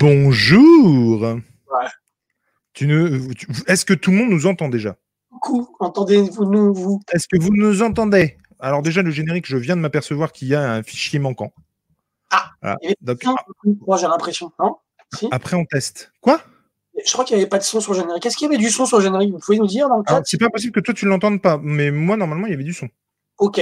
Bonjour. Ouais. Est-ce que tout le monde nous entend déjà? Coucou, entendez-vous nous vous? Est-ce que vous nous entendez? Alors déjà, le générique, je viens de m'apercevoir qu'il y a un fichier manquant. Ah, Voilà. il y avait Donc, pas de son, moi j'ai l'impression, non? Si? après, on teste. Quoi? Je crois qu'il n'y avait pas de son sur le générique. Est-ce qu'il y avait du son sur le générique? Vous pouvez nous dire dans le chat? Alors, c'est pas possible que toi, tu l'entendes pas, mais moi, normalement, il y avait du son. Ok.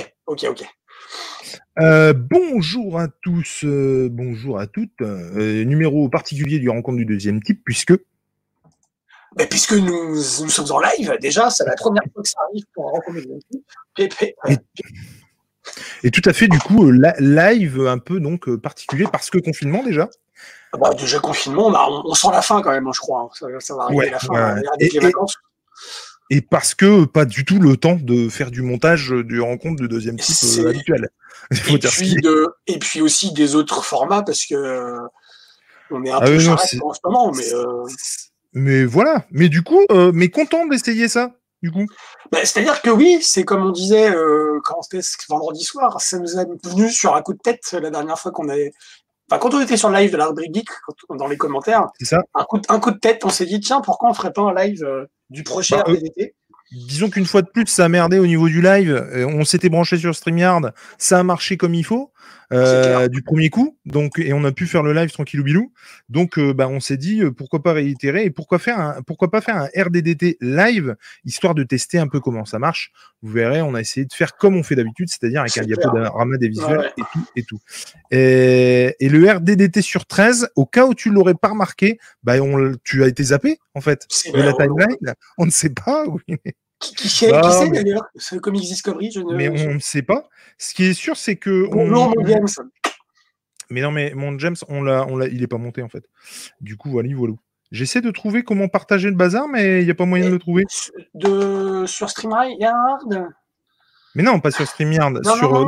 Bonjour à tous, bonjour à toutes. Numéro particulier du rencontre du deuxième type, puisque... Mais puisque nous sommes en live, déjà, c'est la première fois que ça arrive pour rencontrer le deuxième type. Et tout à fait, du coup, live un peu donc particulier, parce que confinement déjà. Bah, déjà confinement, on sent la fin quand même, je crois. Ça va arriver la fin avec les vacances. Et parce que pas du tout le temps de faire du montage du rencontre de deuxième type habituel. Et puis aussi des autres formats, parce que on est un peu charrette en ce moment, mais voilà. Mais du coup, mais content d'essayer ça, du coup. Bah, c'est-à-dire que oui, c'est comme on disait quand c'était vendredi soir, ça nous est venu sur un coup de tête la dernière fois qu'on avait... Enfin, quand on était sur le live de la rubrique Geek, dans les commentaires, c'est ça. Un coup de tête, on s'est dit, tiens, pourquoi on ferait pas un live du prochain RDDT? Disons qu'une fois de plus, ça a merdé au niveau du live. On s'était branché sur StreamYard, ça a marché comme il faut du premier coup, donc et on a pu faire le live tranquillou bilou. Donc, on s'est dit pourquoi pas réitérer et pourquoi pas faire un RDDT live histoire de tester un peu comment ça marche. Vous verrez, on a essayé de faire comme on fait d'habitude, c'est-à-dire avec un diaporama des visuels et tout. Et le RDDT sur 13, au cas où tu l'aurais pas remarqué, tu as été zappé en fait de la timeline. On ne sait pas. Oui. Qui sait d'ailleurs ce Comics Discovery? Mais on ne sait pas. Ce qui est sûr, c'est que. Bonjour mon James. Mais non, mais mon James, il n'est pas monté en fait. Du coup, voilà. J'essaie de trouver comment partager le bazar, mais il n'y a pas moyen de le trouver. Sur StreamYard? Mais non, pas sur StreamYard.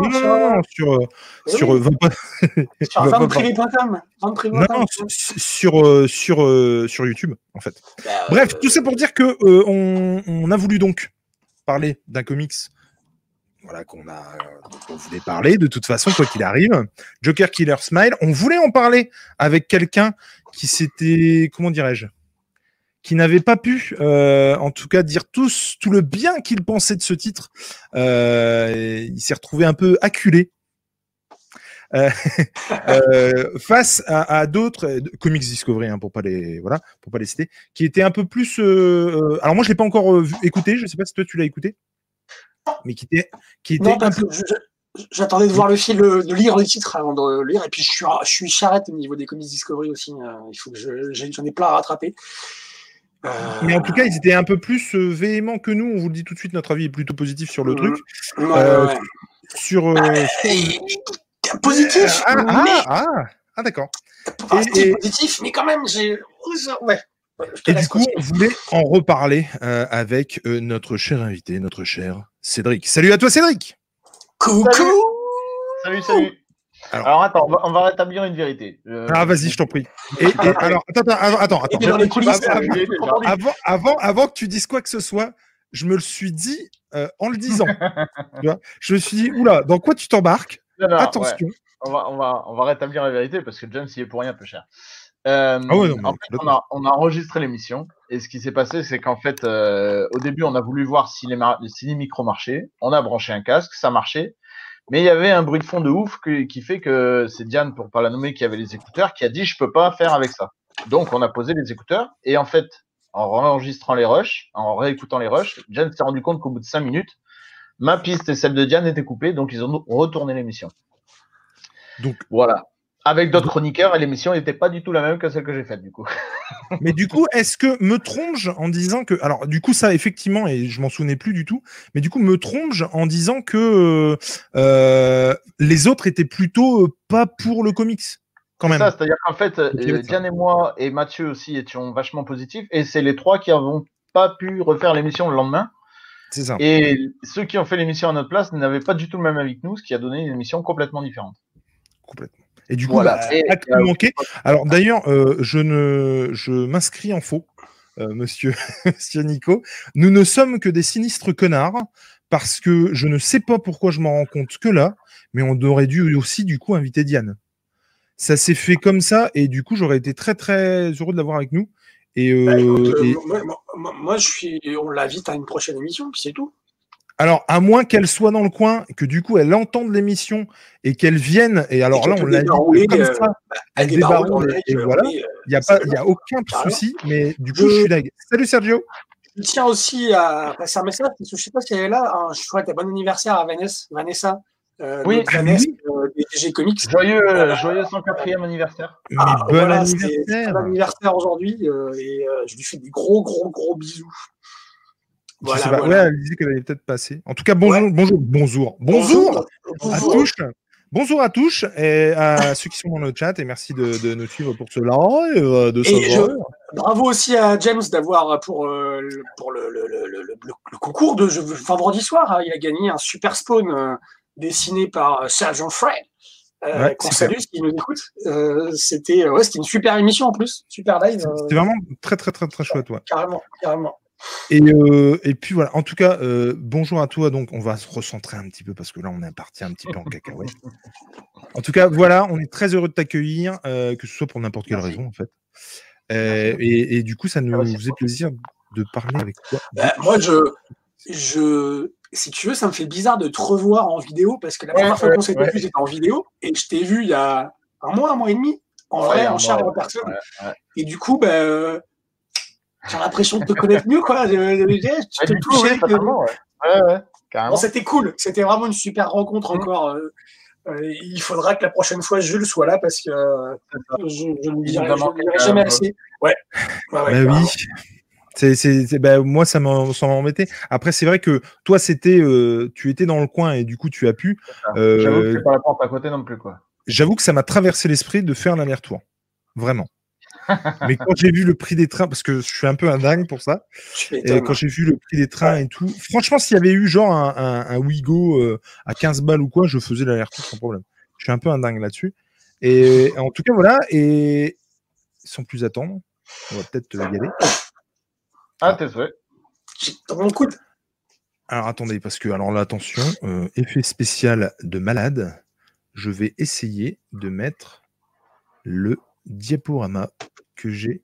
Sur ventprivé.com. Non, sur YouTube, en fait. Bref, tout ça pour dire que on a voulu donc parler d'un comics. Voilà, dont on voulait parler de toute façon, quoi qu'il arrive. Joker Killer Smile. On voulait en parler avec quelqu'un qui s'était, comment dirais-je, qui n'avait pas pu, en tout cas, dire tout le bien qu'il pensait de ce titre. Il s'est retrouvé un peu acculé face à d'autres Comics Discovery, pour pas les citer, qui étaient un peu plus. Alors moi, je l'ai pas encore écouté. Je sais pas si toi tu l'as écouté. Mais qui était non, parce que j'attendais de voir le film, de lire le titre avant de le lire, et puis je suis charrette au niveau des Comics Discovery aussi. Il faut que j'en ai plein à rattraper. Mais en tout cas, ils étaient un peu plus véhéments que nous. On vous le dit tout de suite, notre avis est plutôt positif sur le truc. Positif. D'accord. Positif, mais quand même, Et du coup, on voulait en reparler avec notre cher invité, notre cher Cédric. Salut à toi, Cédric. Coucou. Salut. Alors attends, on va rétablir une vérité. Vas-y, je t'en prie. Et alors, attends. Avant que tu dises quoi que ce soit, je me le suis dit en le disant. Tu vois, je me suis dit, oula, dans quoi tu t'embarques? Attention. Ouais. On va rétablir la vérité parce que James, il est pour rien peu cher. On a enregistré l'émission et ce qui s'est passé, c'est qu'en fait, au début, on a voulu voir si les micros marchaient. On a branché un casque, ça marchait. Mais il y avait un bruit de fond de ouf qui fait que c'est Diane, pour pas la nommer, qui avait les écouteurs, qui a dit je peux pas faire avec ça. Donc on a posé les écouteurs et en fait, en enregistrant les rushs, en réécoutant les rushs, Diane s'est rendu compte qu'au bout de 5 minutes, ma piste et celle de Diane étaient coupées, donc ils ont retourné l'émission. Donc voilà. Avec d'autres chroniqueurs, et l'émission n'était pas du tout la même que celle que j'ai faite, du coup. Mais du coup, est-ce que me trompe-je en disant que... Alors, du coup, ça, effectivement, et je m'en souvenais plus du tout, mais du coup, me trompe-je en disant que les autres étaient plutôt pas pour le comics, quand même. C'est ça, c'est-à-dire qu'en fait, Diane et moi, et Mathieu aussi, étions vachement positifs, et c'est les trois qui n'avons pas pu refaire l'émission le lendemain. C'est ça. Et ceux qui ont fait l'émission à notre place n'avaient pas du tout le même avis que nous, ce qui a donné une émission complètement différente. Complètement. Et du coup, acte manqué. Alors d'ailleurs, je m'inscris en faux, monsieur Nico. Nous ne sommes que des sinistres connards parce que je ne sais pas pourquoi je m'en rends compte que là, mais on aurait dû aussi du coup inviter Diane. ça s'est fait comme ça, et du coup, j'aurais été très très heureux de l'avoir avec nous. Et, moi, on l'invite à une prochaine émission, puis c'est tout. Alors, à moins qu'elle soit dans le coin, que du coup elle entende l'émission et qu'elle vienne, et alors là on l'a dit comme ça, elle débaroule, et voilà, il n'y a aucun souci, mais du coup je suis là. Salut Sergio. Je tiens aussi à passer un message, parce que je ne sais pas si elle est là, je souhaite un bon anniversaire à Vanessa. Oui, Vanessa des DG Comics. Joyeux 104e anniversaire. Mais bon anniversaire. C'est bon anniversaire aujourd'hui, et je lui fais des gros bisous. Voilà. Ouais, elle disait qu'elle allait peut-être passer. En tout cas, bonjour à tous. Bonjour à tous et à ceux qui sont dans le chat, et merci de nous suivre pour ce live. Bravo aussi à James d'avoir pour le concours de vendredi soir. Il a gagné un super spawn dessiné par Sergent Fred. Qu'on salue s'il nous écoute. C'était une super émission en plus, super live. C'était vraiment très chouette. Ouais. Carrément. Et puis voilà, en tout cas, bonjour à toi. Donc, on va se recentrer un petit peu parce que là, on est parti un petit peu en cacahuète. En tout cas, voilà, on est très heureux de t'accueillir, que ce soit pour n'importe quelle raison, en fait. Et du coup, ça nous faisait plaisir de parler avec toi. Moi, si tu veux, ça me fait bizarre de te revoir en vidéo parce que la première fois qu'on s'était vu, c'était en vidéo et je t'ai vu il y a un mois et demi, en vrai, en chair et en personne. Et du coup, j'ai l'impression de te connaître mieux, quoi. Je te touchais. Bon, c'était cool. C'était vraiment une super rencontre encore. Il faudra que la prochaine fois, Jules soit là parce que je ne dirai jamais assez. Ouais. Oui. Moi, ça m'embêtait. Après, c'est vrai que toi, tu étais dans le coin et du coup, tu as pu. J'avoue que c'est pas la porte à côté non plus, quoi. J'avoue que ça m'a traversé l'esprit de faire l'aller-retour. Vraiment. Mais quand j'ai vu le prix des trains, parce que je suis un peu un dingue pour ça, et quand j'ai vu le prix des trains et tout, franchement, s'il y avait eu genre un Ouigo à 15 balles ou quoi, je faisais l'aller-retour sans problème. Je suis un peu un dingue là-dessus. Et en tout cas, voilà. Et sans plus attendre, on va peut-être y aller. T'es vrai. J'ai dans mon coude. Alors attendez, parce que alors là, attention, effet spécial de malade. Je vais essayer de mettre le diaporama que j'ai.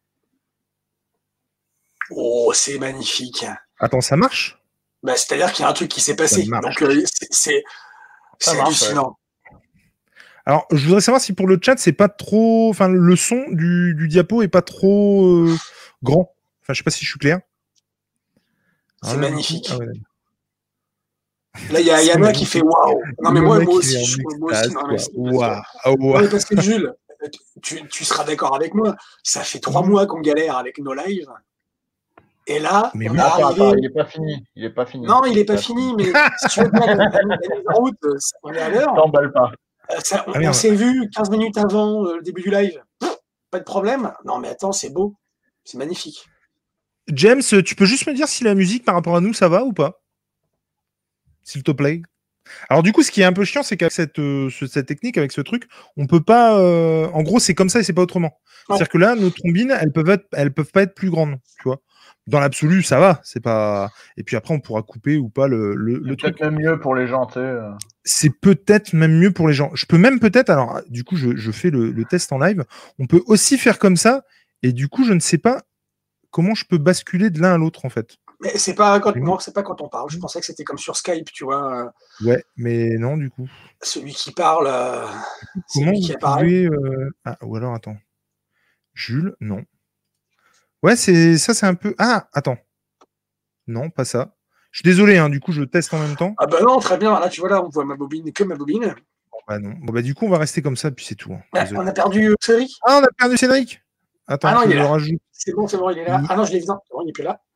Oh, c'est magnifique. Attends, ça marche ? C'est-à-dire qu'il y a un truc qui s'est passé. Donc, c'est hallucinant. Alors, je voudrais savoir si pour le chat, c'est pas trop. Enfin, le son du diapo est pas trop grand. Enfin, je sais pas si je suis clair. C'est magnifique. Là, il y a Yana qui fait waouh. Non, mais moi aussi. Waouh. Parce que Jules, tu seras d'accord avec moi. Ça fait 3 mois qu'on galère avec nos lives. Et là, il n'est pas fini. Non, il n'est pas fini, mais si tu veux bien la mise en route, on est à l'heure. T'emballes pas. On s'est vu 15 minutes avant le début du live. Pas de problème. Non, mais attends, c'est beau. C'est magnifique. James, tu peux juste me dire si la musique par rapport à nous, ça va ou pas ? S'il te plaît. Alors du coup, ce qui est un peu chiant, c'est qu'avec cette technique, avec ce truc, on peut pas. En gros, c'est comme ça et c'est pas autrement. C'est-à-dire que là, nos trombines, elles peuvent pas être plus grandes, tu vois. Dans l'absolu, ça va. C'est pas. Et puis après, on pourra couper ou pas le truc. C'est peut-être même mieux pour les gens, tu sais. C'est peut-être même mieux pour les gens. Je peux même peut-être. Alors, du coup, je fais le test en live. On peut aussi faire comme ça. Et du coup, je ne sais pas comment je peux basculer de l'un à l'autre, en fait. Mais c'est pas quand on parle. Je pensais que c'était comme sur Skype, tu vois. Ouais, mais non, du coup. Celui qui parle, c'est comment lui qui apparaît. ou alors, attends. Jules, non. Ouais, c'est un peu... Ah, attends. Non, pas ça. Je suis désolé, hein, du coup, je teste en même temps. Ah bah non, très bien. Là, tu vois, là, on voit ma bobine. Bon, bah non. Bon, bah du coup, on va rester comme ça, puis c'est tout. Hein. On a perdu Cédric. Ah, on a perdu Cédric. Attends, non, je le rajoute. C'est bon, il est là. Ah non, je l'ai vu. Non, il n'est plus là.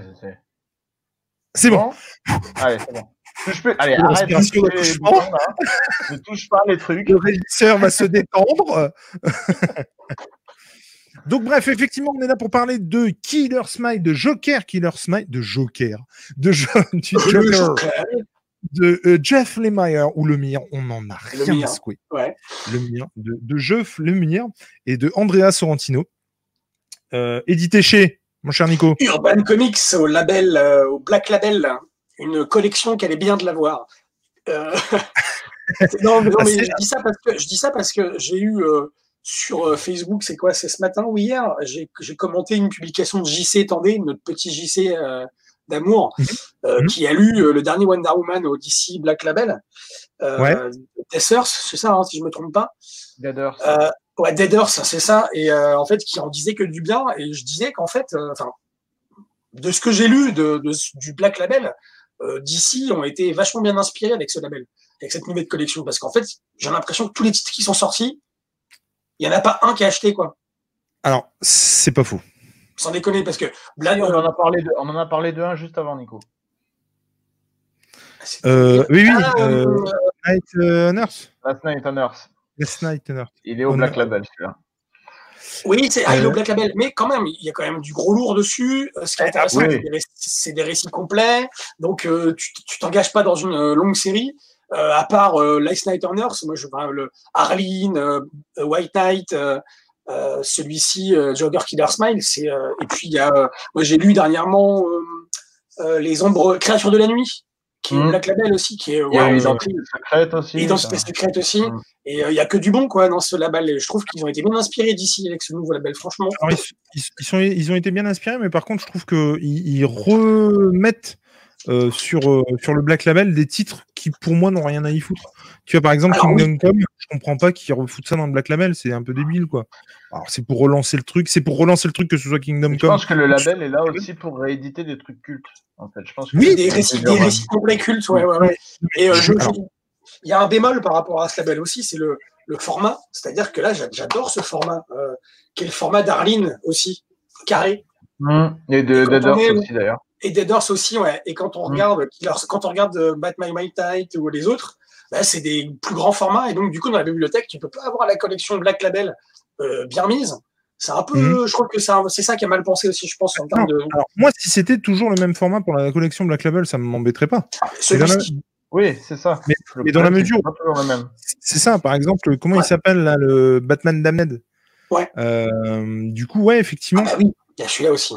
C'est bon. Allez, c'est bon. Allez, arrête ne touche pas les trucs. Le régisseur va se détendre. Donc bref, effectivement, on est là pour parler de Killer Smile, de Joker, de Jeff Lemire, ou Lemire, on en a rien à secouer. Ouais. Lemire, de Jeff Lemire et de Andrea Sorrentino. Édité chez, mon cher Nico. Urban Comics, au label, au Black Label, une collection qu'elle est bien de l'avoir. Non, mais je dis ça parce que j'ai eu sur Facebook, c'est quoi? C'est ce matin ou hier? J'ai commenté une publication de JC Tendé, notre petit JC d'amour, qui a lu le dernier Wonder Woman au DC Black Label. Death Earth, c'est ça, hein, si je me trompe pas. Dead Earth. Ouais, Dead Earth, c'est ça. Et en fait, qui en disait que du bien. Et je disais qu'en fait, de ce que j'ai lu du Black Label, DC ont été vachement bien inspirés avec ce label, avec cette nouvelle collection. Parce qu'en fait, j'ai l'impression que tous les titres qui sont sortis, il n'y en a pas un qui a acheté, quoi. Alors, c'est pas faux. Sans déconner, parce que Black, on en a parlé de un juste avant, Nico. Oui. Night on Earth. Last Night on Earth. Last Night on Earth. Il est au Black Label, celui-là. Oui, il est au Black Label, mais quand même, il y a quand même du gros lourd dessus. Ce qui est intéressant, c'est des récits complets. Donc, tu t'engages pas dans une longue série. À part Last Night on Earth, moi, je vois le Arline, White Knight, celui-ci, Jogger Killer Smile. Et puis, il y a, moi, j'ai lu dernièrement Les Ombres, Créatures de la Nuit, qui est au Black Label aussi, qui est Identité secrète aussi. Identité secrète aussi. Et il n'y a que du bon, quoi, dans ce label. Et je trouve qu'ils ont été bien inspirés d'ici avec ce nouveau label, franchement. Alors, ils ont été bien inspirés, mais par contre, je trouve qu'ils remettent sur le Black Label des titres qui, pour moi, n'ont rien à y foutre. Tu vois, par exemple, Kingdom Come, je comprends pas qu'ils refoutent ça dans le Black Label, c'est un peu débile, quoi. Alors, c'est pour relancer le truc, que ce soit Kingdom Come. Je pense que le label est là aussi pour rééditer des trucs cultes, en fait. Je pense que oui, des récits complets cultes, ouais. Et il y a un bémol par rapport à ce label aussi, c'est le format. C'est-à-dire que là, j'adore ce format, qui est le format d'Arline aussi, carré. Et de Dead Earth aussi, d'ailleurs. Et Dead Earth aussi, ouais. Et quand on regarde, Batman My Tight ou les autres, c'est des plus grands formats. Et donc, du coup, dans la bibliothèque, tu peux pas avoir la collection Black Label bien mise. C'est un peu, je crois que c'est ça qui a mal pensé aussi, je pense, en termes de. Alors, moi, si c'était toujours le même format pour la collection Black Label, ça m'embêterait pas. Oui, c'est ça. Mais dans la mesure, c'est ça. Par exemple, comment il s'appelle là, le Batman Damned. Ouais. Du coup, ouais, effectivement. Ah bah oui, il y a celui-là aussi.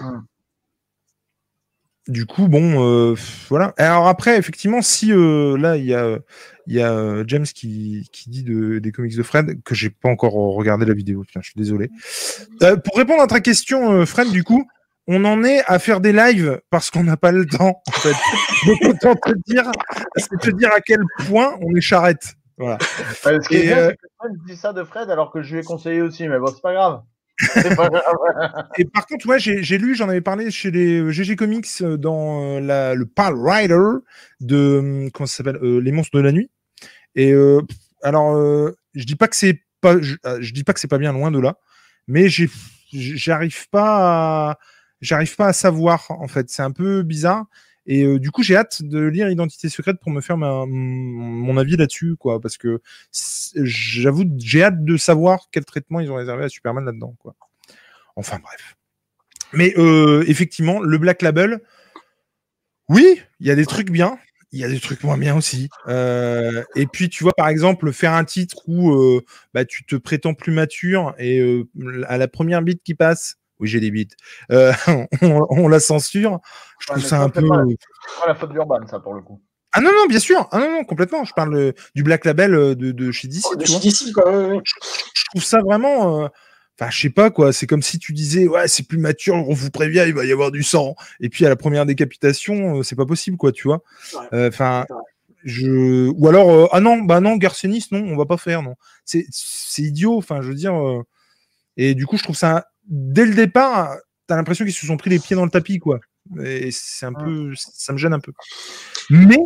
Du coup, bon, voilà. Alors après, effectivement, si là, il y a James qui dit des comics de Fred, que j'ai pas encore regardé la vidéo. Tiens, je suis désolé. Pour répondre à ta question, Fred, du coup, on en est à faire des lives parce qu'on n'a pas le temps, en fait. Donc, autant te dire à quel point on est charrette. Voilà. Ce qui est bien, c'est que Fred dit ça de Fred alors que je lui ai conseillé aussi, mais bon, c'est pas grave. Et par contre, ouais, j'ai lu, j'en avais parlé chez les GG Comics dans le Pal Rider de comment ça s'appelle, Les Monstres de la Nuit. Et alors, je dis pas que c'est pas bien, loin de là, mais j'arrive pas à savoir, en fait. C'est un peu bizarre. Et du coup, j'ai hâte de lire Identité secrète pour me faire mon avis là-dessus, quoi, parce que j'avoue, j'ai hâte de savoir quel traitement ils ont réservé à Superman là-dedans, quoi. Enfin bref. Mais effectivement, le Black Label, oui, il y a des trucs bien, il y a des trucs moins bien aussi. Et puis, tu vois, par exemple, faire un titre où tu te prétends plus mature et à la première bite qui passe. Oui, j'ai des bits. On la censure. Je trouve ça un peu. C'est pas la faute d'Urban, ça, pour le coup. Ah non, bien sûr. Ah non, complètement. Je parle du Black Label de chez DC. Chez DC, quoi. Ouais. Je trouve ça vraiment. Enfin, je sais pas, quoi. C'est comme si tu disais, ouais, c'est plus mature, on vous prévient, il va y avoir du sang. Et puis, à la première décapitation, c'est pas possible, quoi, tu vois. Enfin. Ou alors, non, Garcenis, non, on va pas faire, non. C'est idiot. Enfin, je veux dire. Et du coup, je trouve ça. Dès le départ, t'as l'impression qu'ils se sont pris les pieds dans le tapis, quoi. Et c'est un peu, ça me gêne un peu. Mais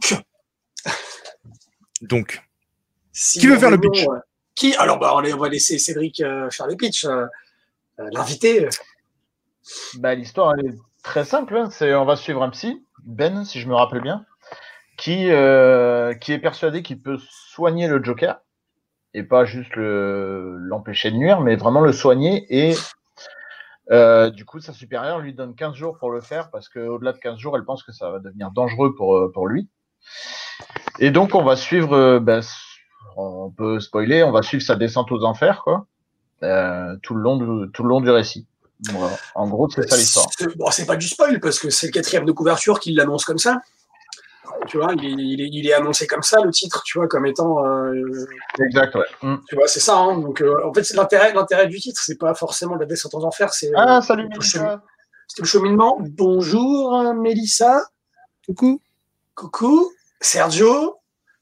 donc, qui veut faire le pitch? Qui? Alors, on va laisser Cédric faire le pitch. L'invité. L'histoire elle est très simple. Hein. On va suivre un psy, Ben, si je me rappelle bien, qui est persuadé qu'il peut soigner le Joker. Et pas juste l'empêcher de nuire, mais vraiment le soigner. Et du coup, sa supérieure lui donne 15 jours pour le faire, parce qu'au-delà de 15 jours, elle pense que ça va devenir dangereux pour lui. Et donc, on va suivre, on peut spoiler, on va suivre sa descente aux enfers, quoi, tout le long du récit. Voilà. En gros, c'est ça l'histoire. C'est pas du spoil, parce que c'est le 4e de couverture qui l'annonce comme ça. tu vois, il est annoncé comme ça, le titre, tu vois, comme étant. Exact, ouais. Tu vois, c'est ça. Hein. Donc, en fait, c'est l'intérêt du titre, c'est pas forcément la descente en enfer, c'est. Salut Mélissa. C'est le cheminement. Bonjour, Mélissa. Coucou. Coucou, Sergio.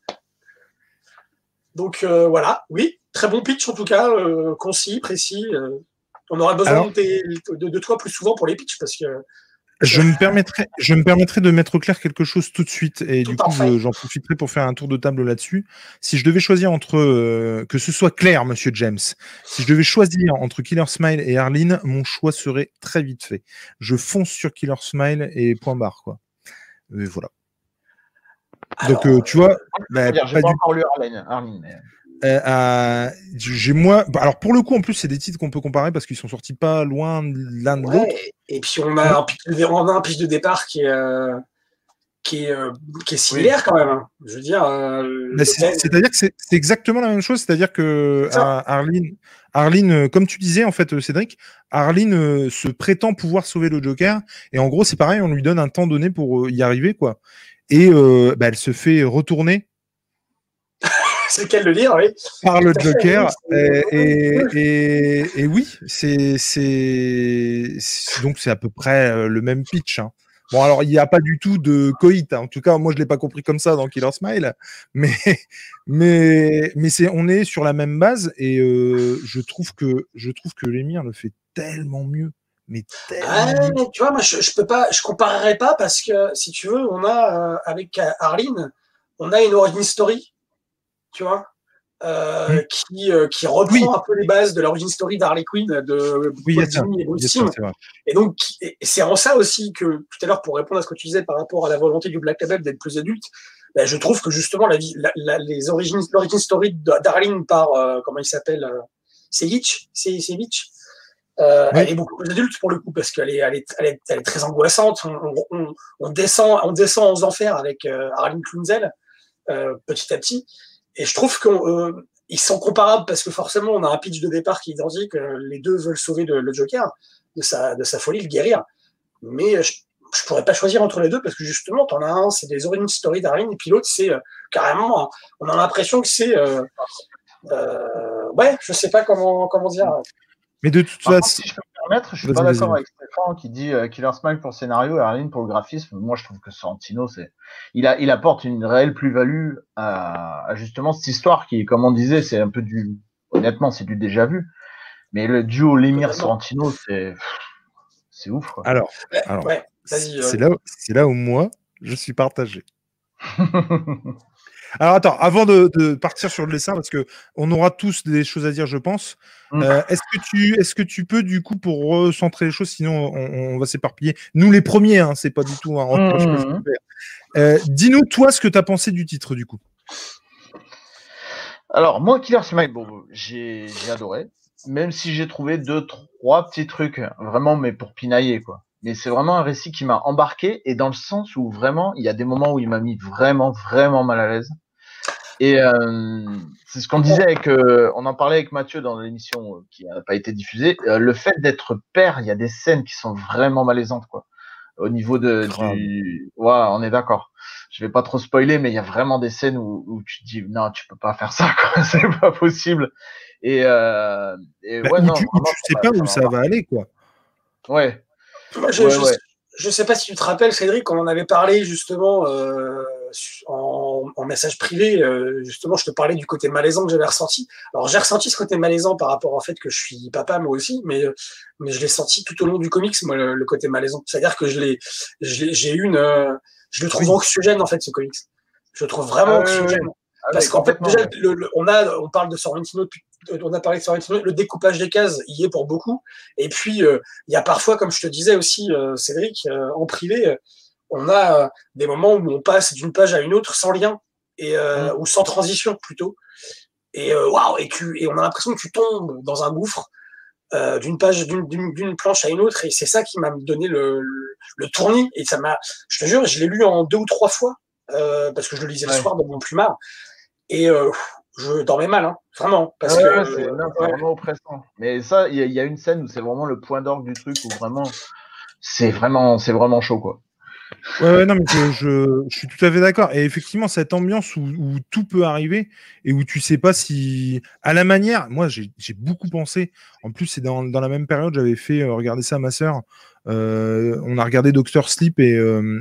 Donc, voilà, oui, très bon pitch en tout cas, concis, précis. On aura besoin de toi plus souvent pour les pitchs parce que. Je me permettrai de mettre au clair quelque chose tout de suite et du coup j'en profiterai pour faire un tour de table là-dessus. Si je devais choisir entre que ce soit clair, Monsieur James, si je devais choisir entre Killer Smile et Arline, mon choix serait très vite fait. Je fonce sur Killer Smile et point barre quoi. Et voilà. Alors, donc tu vois, j'ai pas encore lu Arline. j'ai moi, alors pour le coup en plus c'est des titres qu'on peut comparer parce qu'ils sont sortis pas loin l'un de l'autre. Et puis on a un pitch de départ qui est similaire quand même. Hein. Je veux dire. C'est-à-dire que c'est exactement la même chose. C'est-à-dire que Arline, comme tu disais en fait, Cédric, Arline se prétend pouvoir sauver le Joker et en gros c'est pareil, on lui donne un temps donné pour y arriver quoi. Et elle se fait retourner. C'est lequel le lire, oui. Par le Joker. Et oui, donc c'est à peu près le même pitch. Hein. Bon, alors il n'y a pas du tout de coït. Hein. En tout cas, moi je l'ai pas compris comme ça dans Killer Smile, mais on est sur la même base et je trouve que l'émir le fait tellement mieux. Mais tu vois, moi je comparerais pas parce que si tu veux, on a avec Arline, on a une origin story. Tu vois, qui reprend un peu les bases de l'origin story d'Harley Quinn de Paul Dini et Bruce Timm. Et donc, c'est en ça aussi que, tout à l'heure, pour répondre à ce que tu disais par rapport à la volonté du Black Label d'être plus adulte, je trouve que justement, l'origin story d'Arline par, comment il s'appelle, c'est Hitch, elle est beaucoup plus adulte pour le coup, parce qu'elle est très angoissante. On descend aux enfers avec Arline Klunzel, petit à petit. Et je trouve qu'ils sont comparables parce que forcément, on a un pitch de départ qui est identique. Les deux veulent sauver le Joker de sa folie, le guérir. Mais je pourrais pas choisir entre les deux parce que justement, t'en as un, c'est des origin story d'Arline, et puis l'autre, c'est carrément, on a l'impression que c'est, je sais pas comment dire. Mais de toute façon, si je peux me permettre, je suis pas d'accord avec Stéphane qui dit Killer Smile pour le scénario et Arline pour le graphisme. Moi, je trouve que Sorrentino, il apporte une réelle plus-value à justement cette histoire qui, comme on disait, c'est un peu honnêtement, c'est du déjà vu. Mais le duo Lemire Sorrentino, c'est ouf, quoi. Alors, c'est là où moi, je suis partagé. Alors attends, avant de partir sur le dessin, parce que on aura tous des choses à dire, je pense. Est-ce que tu peux du coup, pour recentrer les choses, sinon on va s'éparpiller. Nous les premiers, hein, c'est pas du tout un reproche que je peux faire. Dis-nous toi ce que tu as pensé du titre du coup. Alors moi, Killer Smile, j'ai adoré, même si j'ai trouvé 2-3 petits trucs vraiment, mais pour pinailler quoi. Mais c'est vraiment un récit qui m'a embarqué et dans le sens où vraiment, il y a des moments où il m'a mis vraiment, vraiment mal à l'aise. Et c'est ce qu'on disait on en parlait avec Mathieu dans l'émission qui n'a pas été diffusée. Le fait d'être père, il y a des scènes qui sont vraiment malaisantes, quoi. Au niveau on est d'accord. Je vais pas trop spoiler, mais il y a vraiment des scènes où tu te dis non, tu peux pas faire ça, quoi. C'est pas possible. Et tu sais pas où ça va aller, quoi. Ouais. Je sais pas si tu te rappelles, Cédric, on en avait parlé justement en message privé. Justement, je te parlais du côté malaisant que j'avais ressenti. Alors, j'ai ressenti ce côté malaisant par rapport au fait que je suis papa moi aussi, mais je l'ai senti tout au long du comics, moi, le côté malaisant. C'est-à-dire que je le trouve anxiogène en fait, ce comics. Je le trouve vraiment anxiogène. Parce qu'en fait, déjà, on parle de Sorrentino depuis. On a parlé de Sorrentino, le découpage des cases y est pour beaucoup. Et puis, il y a parfois, comme je te disais aussi, Cédric, en privé, on a des moments où on passe d'une page à une autre sans lien, ou sans transition plutôt. Et et on a l'impression que tu tombes dans un gouffre d'une planche à une autre. Et c'est ça qui m'a donné le tournis. Et je te jure, je l'ai lu en 2 ou 3 fois, parce que je le lisais le soir dans mon plumard. Et je dormais mal, hein, vraiment. Parce que c'est vraiment oppressant. Mais ça, il y a une scène où c'est vraiment le point d'orgue du truc, où vraiment, c'est vraiment chaud, quoi. Ouais, non, mais je suis tout à fait d'accord. Et effectivement, cette ambiance où tout peut arriver et où tu sais pas si. À la manière, moi, j'ai beaucoup pensé. En plus, c'est dans la même période, j'avais fait regarder ça à ma sœur. On a regardé Doctor Sleep et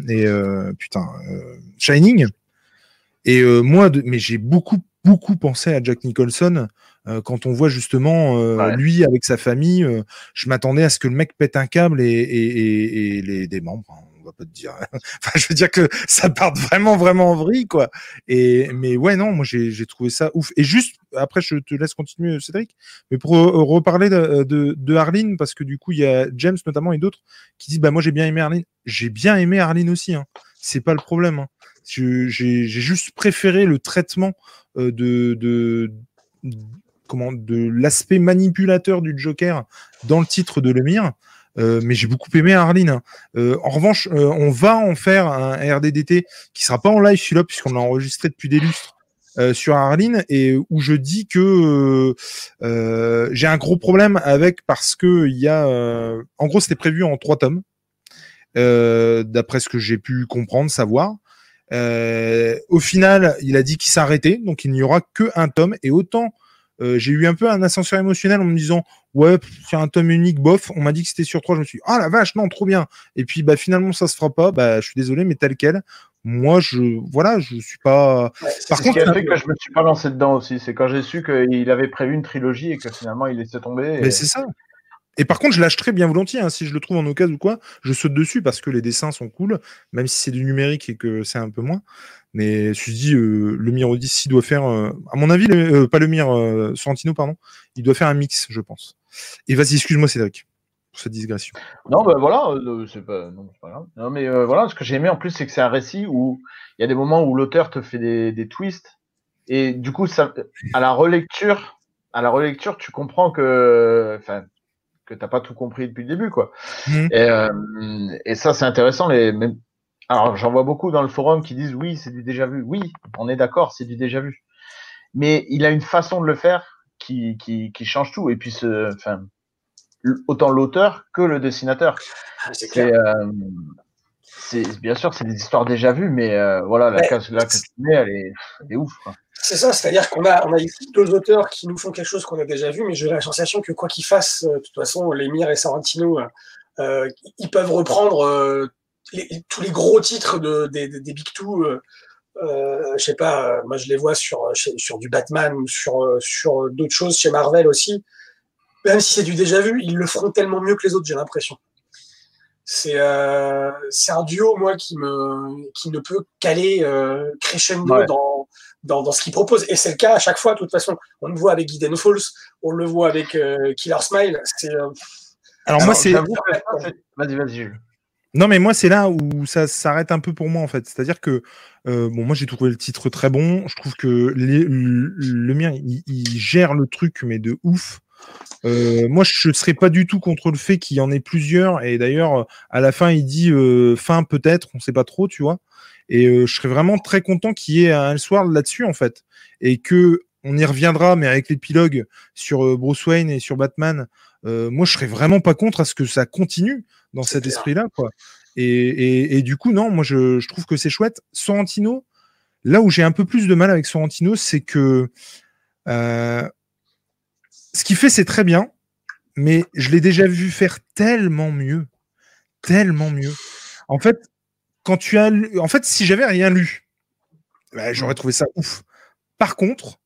Shining. Et moi, mais j'ai beaucoup pensé à Jack Nicholson quand on voit justement lui avec sa famille. Je m'attendais à ce que le mec pète un câble et les des membres. Hein, on va pas te dire. Enfin, je veux dire que ça parte vraiment en vrille, quoi. Mais ouais, non, moi j'ai trouvé ça ouf. Et juste après, je te laisse continuer, Cédric. Mais pour reparler de Arline, parce que du coup, il y a James notamment et d'autres qui disent bah moi j'ai bien aimé Arline. J'ai bien aimé Arline aussi. Hein. C'est pas le problème. Hein. J'ai juste préféré le traitement de l'aspect manipulateur du Joker dans le titre de Lemire. Mais j'ai beaucoup aimé Arline. Hein. En revanche, on va en faire un RDDT qui sera pas en live celui-là puisqu'on l'a enregistré depuis des lustres sur Arline et où je dis que j'ai un gros problème avec parce que il y a en gros c'était prévu en 3 tomes d'après ce que j'ai pu comprendre, savoir. Au final, il a dit qu'il s'arrêtait, donc il n'y aura que un tome. Et autant j'ai eu un peu un ascenseur émotionnel en me disant ouais, c'est un tome unique, bof. On m'a dit que c'était sur 3, je me suis dit ah la vache, non, trop bien. Et puis bah finalement ça se fera pas. Bah je suis désolé, mais tel quel. Moi je suis pas. Ouais, par contre, ce qui a fait que je me suis pas lancé dedans aussi, c'est quand j'ai su qu'il avait prévu une trilogie et que finalement il laissait tomber. Mais c'est ça. Et par contre, je l'achèterais bien volontiers. Hein, si je le trouve en occasion ou quoi, je saute dessus parce que les dessins sont cool, même si c'est du numérique et que c'est un peu moins. Mais je me suis dit, le Mir Odyssey doit faire, à mon avis, pas le Mir Sorrentino, pardon, il doit faire un mix, je pense. Et vas-y, excuse-moi, Cédric, pour cette digression. Non, ben voilà, c'est pas grave. Non, mais voilà, ce que j'ai aimé en plus, c'est que c'est un récit où il y a des moments où l'auteur te fait des twists. Et du coup, ça, à la relecture, tu comprends que t'as pas tout compris depuis le début, quoi. Et ça, c'est intéressant. Alors, j'en vois beaucoup dans le forum qui disent oui, c'est du déjà vu. Oui, on est d'accord, c'est du déjà vu. Mais il a une façon de le faire qui change tout. Et puis, autant l'auteur que le dessinateur. C'est clair. Bien sûr, c'est des histoires déjà vues, mais voilà, la case là que tu mets, elle est ouf, quoi. C'est ça, c'est-à-dire qu'on a ici 2 auteurs qui nous font quelque chose qu'on a déjà vu, mais j'ai la sensation que quoi qu'ils fassent, de toute façon, Lemire et Sorrentino, ils peuvent reprendre tous les gros titres des Big Two. Je sais pas, moi je les vois sur du Batman ou sur d'autres choses chez Marvel aussi. Même si c'est du déjà vu, ils le feront tellement mieux que les autres, j'ai l'impression. C'est un duo, moi, qui ne peut qu'aller crescendo dans ce qu'il propose. Et c'est le cas à chaque fois, de toute façon. On le voit avec Hidden Falls, on le voit avec Killer Smile. Alors moi, c'est... Vas-y, Jules. Non, mais moi, c'est là où ça s'arrête un peu pour moi, en fait. C'est-à-dire que, moi, j'ai trouvé le titre très bon. Je trouve que le mien, il gère le truc, mais de ouf. Moi, je ne serais pas du tout contre le fait qu'il y en ait plusieurs. Et d'ailleurs, à la fin, il dit fin peut-être, on ne sait pas trop, tu vois. Et je serais vraiment très content qu'il y ait un Elseworld là-dessus, en fait. Et que on y reviendra, mais avec l'épilogue sur Bruce Wayne et sur Batman. Moi, je serais vraiment pas contre à ce que ça continue dans cet esprit-là, quoi. Et du coup, non, moi, je trouve que c'est chouette. Sorrentino, là où j'ai un peu plus de mal avec Sorrentino, c'est que ce qu'il fait, c'est très bien, mais je l'ai déjà vu faire tellement mieux. Tellement mieux. En fait, si j'avais rien lu, bah, j'aurais trouvé ça ouf. Par contre,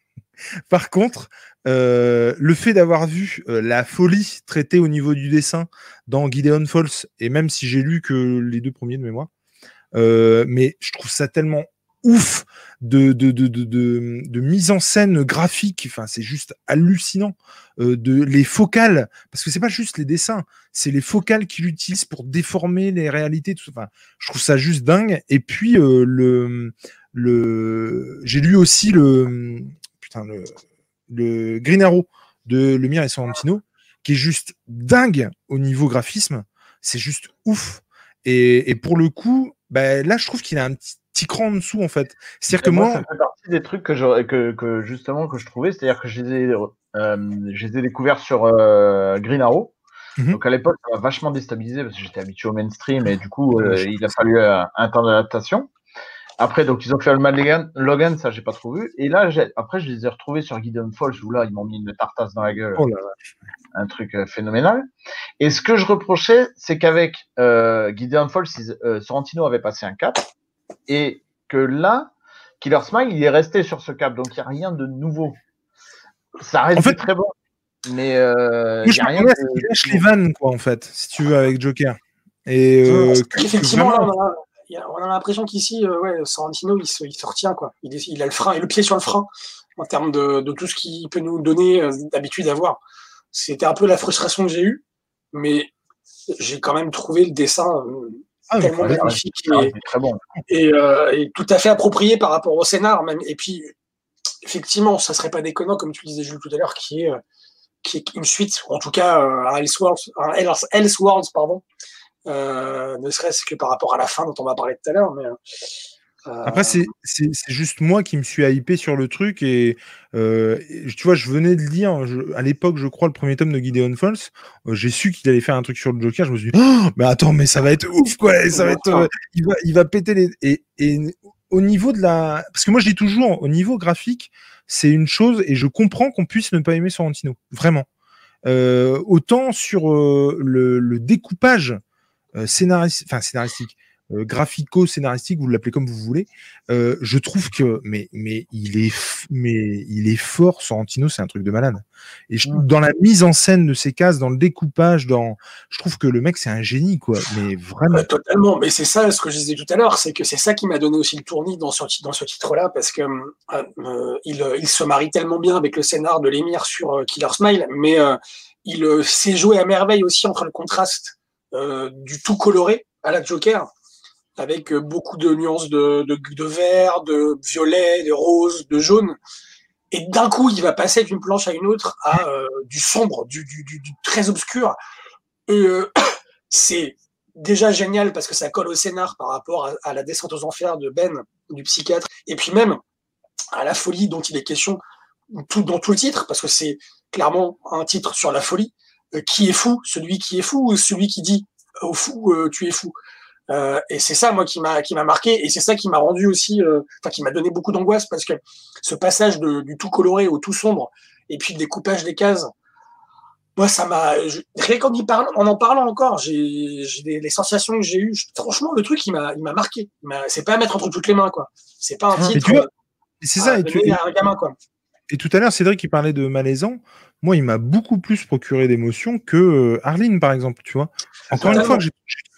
le fait d'avoir vu la folie traitée au niveau du dessin dans Gideon Falls, et même si j'ai lu que les 2 premiers de mémoire, mais je trouve ça tellement ouf de mise en scène graphique, enfin c'est juste hallucinant, les focales, parce que c'est pas juste les dessins, c'est les focales qu'il utilise pour déformer les réalités, tout ça. Enfin, je trouve ça juste dingue. Et puis j'ai lu aussi le Green Arrow de Lemire et Sorrentino, qui est juste dingue au niveau graphisme, c'est juste ouf. Et pour le coup, bah, là je trouve qu'il a un petit cran en dessous, en fait. C'est-à-dire que moi, ça fait partie des trucs justement que je trouvais, c'est-à-dire que je les ai découverts sur Green Arrow. Donc à l'époque, ça m'a vachement déstabilisé parce que j'étais habitué au mainstream et du coup, il a fallu un temps d'adaptation. Après, donc ils ont fait le Mad Logan, ça j'ai pas trop vu. Et là, après, je les ai retrouvés sur Gideon Falls où là, ils m'ont mis une tartasse dans la gueule. Oh là là. Un truc phénoménal. Et ce que je reprochais, c'est qu'avec Gideon Falls, Sorrentino avait passé un cap et que là, Killer Smile, il est resté sur ce cap. Donc il n'y a rien de nouveau. Ça reste très bon. Mais il n'y a rien de... Il lâche les vannes, quoi, en fait, si tu veux, avec Joker. Et effectivement, on a l'impression qu'ici, Sorrentino, il se retient, quoi. Il a le frein et le pied sur le frein en termes de tout ce qu'il peut nous donner d'habitude à voir. C'était un peu la frustration que j'ai eue, mais j'ai quand même trouvé le dessin tellement magnifique et tout à fait approprié par rapport au scénar. Même. Et puis, effectivement, ça serait pas déconnant, comme tu disais, Jules, tout à l'heure, qui est une suite, ou en tout cas un Elseworlds, pardon. Ne serait-ce que par rapport à la fin dont on va parler tout à l'heure. Mais, après, c'est juste moi qui me suis hypé sur le truc et tu vois, je venais de lire à l'époque, je crois, le premier tome de Gideon Falls. J'ai su qu'il allait faire un truc sur le Joker. Je me suis dit, oh, mais attends, mais ça va être ouf, quoi. Ça va être, il va péter les. Et au niveau de la, parce que moi je dis toujours, au niveau graphique, c'est une chose et je comprends qu'on puisse ne pas aimer Sorrentino, vraiment. Autant sur le découpage scénaristique, graphico-scénaristique, vous l'appelez comme vous voulez, je trouve que mais il est fort. Sorrentino, c'est un truc de malade. Et dans la mise en scène de ses cases, dans le découpage, je trouve que le mec c'est un génie, quoi. Mais vraiment. Totalement. Mais c'est ça ce que je disais tout à l'heure, c'est que c'est ça qui m'a donné aussi le tournis dans ce titre-là, parce que il se marie tellement bien avec le scénar de l'émir sur Killer Smile, mais il sait jouer à merveille aussi entre le contraste du tout coloré à la Joker, avec beaucoup de nuances de vert, de violet, de rose, de jaune. Et d'un coup, il va passer d'une planche à une autre à du sombre, du très obscur. Et c'est déjà génial parce que ça colle au scénar par rapport à la descente aux enfers de Ben, du psychiatre, et puis même à la folie dont il est question dans tout le titre, parce que c'est clairement un titre sur la folie. Qui est fou? Celui qui est fou ou celui qui dit au fou, tu es fou? Et c'est ça, moi, qui m'a marqué, et c'est ça qui m'a rendu aussi, qui m'a donné beaucoup d'angoisse, parce que ce passage du tout coloré au tout sombre, et puis le découpage des cases, moi, ça m'a, rien qu'en en parlant encore, j'ai les sensations que j'ai eues. Franchement, le truc, il m'a marqué. C'est pas à mettre entre toutes les mains, quoi. C'est pas un titre. C'est ça, un gamin, quoi. Et tout à l'heure, Cédric, il parlait de malaisant. Moi, il m'a beaucoup plus procuré d'émotions que Arline, par exemple, tu vois. Encore une fois,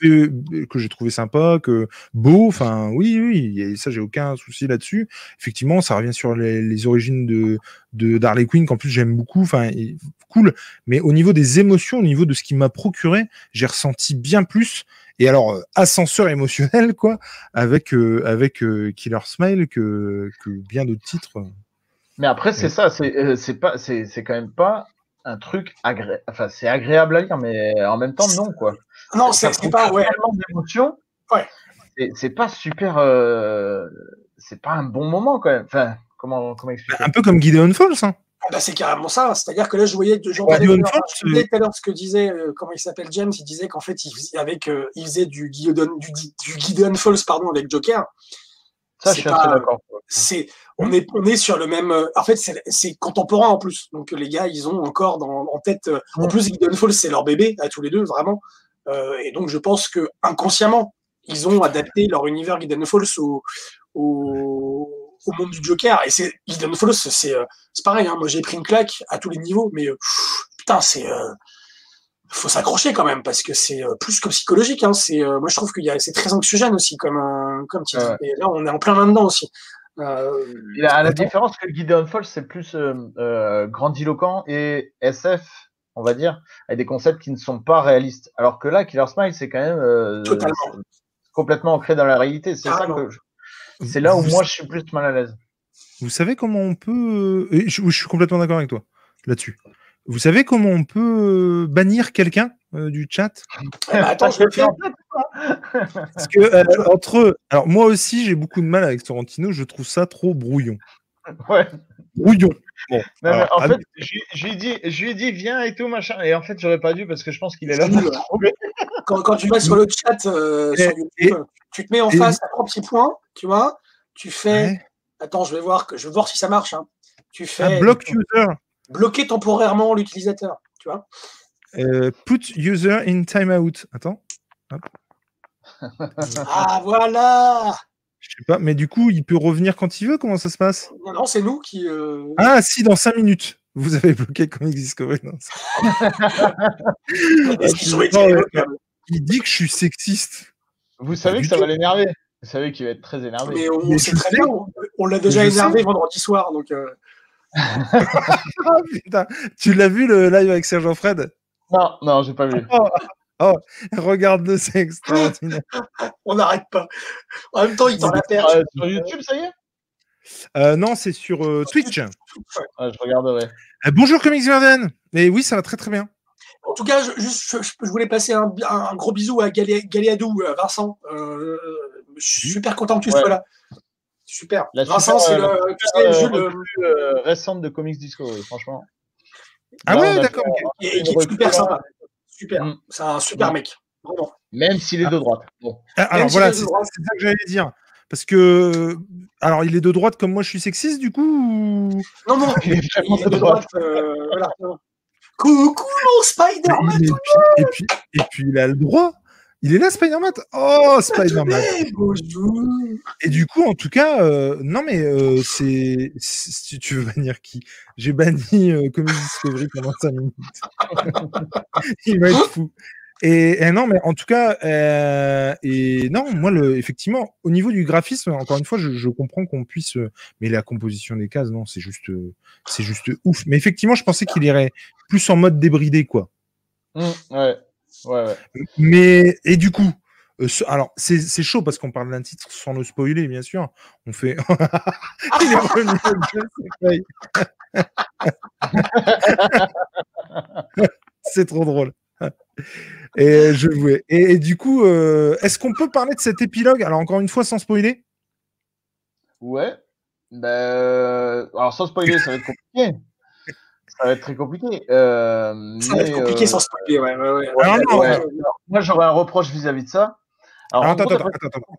que j'ai trouvé sympa, que beau, enfin, oui, et ça, j'ai aucun souci là-dessus. Effectivement, ça revient sur les origines d'Harley Quinn, qu'en plus, j'aime beaucoup, enfin, cool. Mais au niveau des émotions, au niveau de ce qu'il m'a procuré, j'ai ressenti bien plus. Et alors, ascenseur émotionnel, quoi, avec Killer Smile que bien d'autres titres. Mais après, c'est ça, c'est quand même pas un truc agréable. Enfin, c'est agréable à lire, mais en même temps, non, quoi. Non, c'est pas, tellement d'émotions. Ouais. C'est pas super. C'est pas un bon moment, quand même. Enfin, comment expliquer? Un peu comme Gideon Falls, hein. C'est carrément ça. C'est-à-dire que là, je voyais tout à l'heure ce que disait, comment il s'appelle, James. Il disait qu'en fait, il faisait du Gideon Falls, pardon, avec Joker. Ça, je suis assez d'accord. On est sur le même. En fait, c'est contemporain en plus. Donc les gars, ils ont encore en tête. En plus, Gideon Falls, c'est leur bébé à tous les deux, vraiment. Et donc, je pense que inconsciemment, ils ont adapté leur univers Gideon Falls au monde du Joker. Et Gideon Falls, c'est pareil. Hein. Moi, j'ai pris une claque à tous les niveaux, mais putain, faut s'accrocher quand même parce que c'est plus que psychologique. Hein. Moi, je trouve que c'est très anxiogène aussi comme titre. Et là, on est en plein là-dedans aussi. La différence que Gideon Falls, c'est plus grandiloquent et SF, on va dire, avec des concepts qui ne sont pas réalistes. Alors que là, Killer Smile, c'est quand même complètement ancré dans la réalité. C'est là où moi, je suis plus mal à l'aise. Vous savez comment on peut... je suis complètement d'accord avec toi là-dessus. Vous savez comment on peut bannir quelqu'un du chat? Attends, je le fais. Parce que entre eux, alors moi aussi j'ai beaucoup de mal avec Sorrentino, je trouve ça trop brouillon. Ouais. Brouillon. Bon, Non, alors, en fait, je lui ai dit, viens et tout, machin. Et en fait, j'aurais pas dû parce que je pense qu'il est là pour trouver. Quand tu vas sur le chat sur YouTube, tu te mets en face à 3 petits points, tu vois. Tu fais. Ouais. Attends, je vais voir si ça marche. Hein. Tu fais. Block user. Bloquer temporairement l'utilisateur, tu vois. Put user in timeout. Attends. Hop. Ah, voilà. Je sais pas, mais du coup, il peut revenir quand il veut. Comment ça se passe? Non, c'est nous qui. Ah, si, dans 5 minutes. Vous avez bloqué Comics Discovery. Il dit que je suis sexiste. Vous savez que ça va l'énerver. Vous savez qu'il va être très énervé. Mais on sait très bien. On l'a déjà énervé vendredi soir. Donc, oh, putain. Tu l'as vu le live avec Sergent Fred? Non, j'ai pas vu. Oh, regarde-le, c'est extraordinaire. On n'arrête pas. En même temps, il t'en a perdu. Sur YouTube, ça y est? Non, c'est sur Twitch. Je regarderai. Bonjour Comics Verden. Et oui, ça va très très bien. En tout cas, je voulais passer un gros bisou à Galéadou, Vincent. Je suis super content que tu sois là. Super. Vincent, c'est le plus récente de Comics Discovery, franchement. Ah là, ouais, d'accord. Et qui est super sympa. Super. C'est un super mec. Vraiment. Même s'il est de droite. Bon. Alors voilà, c'est ça que j'allais dire. Parce que, alors, il est de droite comme moi, je suis sexiste, du coup ou... Non, il est de droite. Voilà. Coucou, mon Spider-Man. Et puis, il a le droit. Il est là, Spider-Man. Oh, Spider-Man. Bonjour. Et du coup, en tout cas, non, mais c'est. Si tu veux bannir qui? J'ai banni Comics Discovery pendant 5 minutes. Il va être fou. Et non, mais en tout cas, et non, moi, effectivement, au niveau du graphisme, encore une fois, je comprends qu'on puisse, mais la composition des cases, non, c'est juste ouf. Mais effectivement, je pensais qu'il irait plus en mode débridé, quoi. Ouais. Mais, et du coup, alors, c'est chaud parce qu'on parle d'un titre sans le spoiler, bien sûr. On fait. Il est revenu c'est trop drôle. Et je jouais. Et du coup, est-ce qu'on peut parler de cet épilogue? Alors, encore une fois, sans spoiler? Ouais. Alors, sans spoiler, ça va être compliqué. Ça va être très compliqué. Ça va être compliqué sans spoiler, ouais. Moi, j'aurais un reproche vis-à-vis de ça. Alors, attends.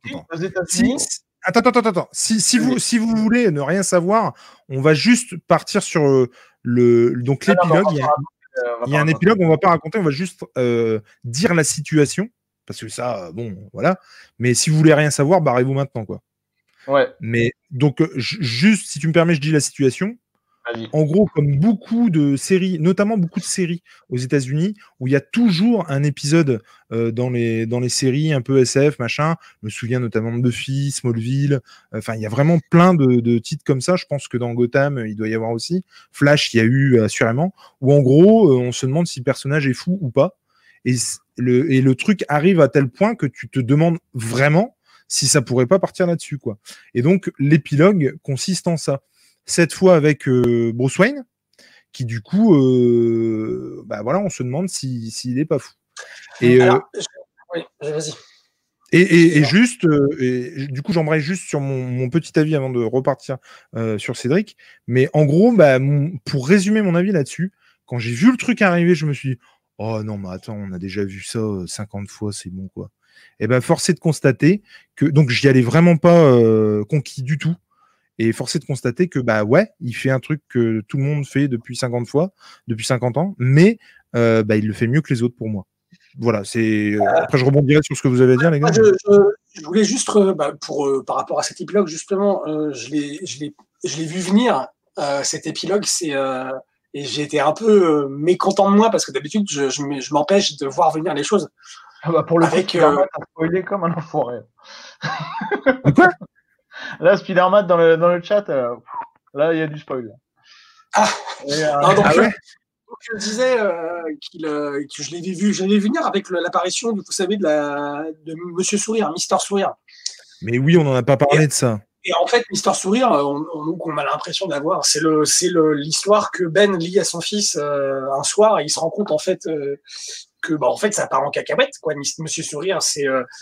Attends. Si vous voulez ne rien savoir, on va juste partir sur l'épilogue. Il y a un épilogue, on va pas raconter, on va juste dire la situation. Parce que ça, bon, voilà. Mais si vous voulez rien savoir, barrez-vous maintenant, quoi. Ouais. Mais donc, juste, si tu me permets, je dis la situation. En gros, comme beaucoup de séries, notamment beaucoup de séries aux États-Unis, où il y a toujours un épisode dans les séries un peu SF, machin. Je me souviens notamment de Buffy, Smallville. Enfin, il y a vraiment plein de titres comme ça. Je pense que dans Gotham, il doit y avoir aussi. Flash, il y a eu assurément. Où en gros, on se demande si le personnage est fou ou pas. Et le truc arrive à tel point que tu te demandes vraiment si ça pourrait pas partir là-dessus, quoi. Et donc, l'épilogue consiste en ça. Cette fois avec Bruce Wayne, qui du coup, voilà, on se demande s'il est pas fou. Et, oui, vas-y. Et juste, du coup, j'embraye juste sur mon petit avis avant de repartir sur Cédric. Mais en gros, pour résumer mon avis là-dessus, quand j'ai vu le truc arriver, je me suis dit, oh non, mais attends, on a déjà vu ça 50 fois, c'est bon, quoi. Et force est de constater que, donc, j'y allais vraiment pas conquis du tout. Et force est de constater que, ouais, il fait un truc que tout le monde fait depuis 50 fois, depuis 50 ans, mais il le fait mieux que les autres pour moi. Voilà, après, je rebondirai sur ce que vous avez à dire, les gars. Je voulais juste, par rapport à cet épilogue, justement, je l'ai vu venir, cet épilogue, et j'ai été un peu mécontent de moi, parce que d'habitude, je m'empêche de voir venir les choses. Pour le coup, Spider-Man a spoilé comme un enfoiré. Quoi? Là, Spider-Man dans le chat, là, il y a du spoil. Je disais que je l'avais vu venir avec l'apparition, vous savez, de Monsieur Sourire, Mister Sourire. Mais oui, on n'en a pas parlé de ça. Et en fait, Mister Sourire, on a l'impression d'avoir, c'est l'histoire que Ben lit à son fils un soir, et il se rend compte en fait que en fait ça part en cacahuète, quoi. Monsieur Sourire, c'est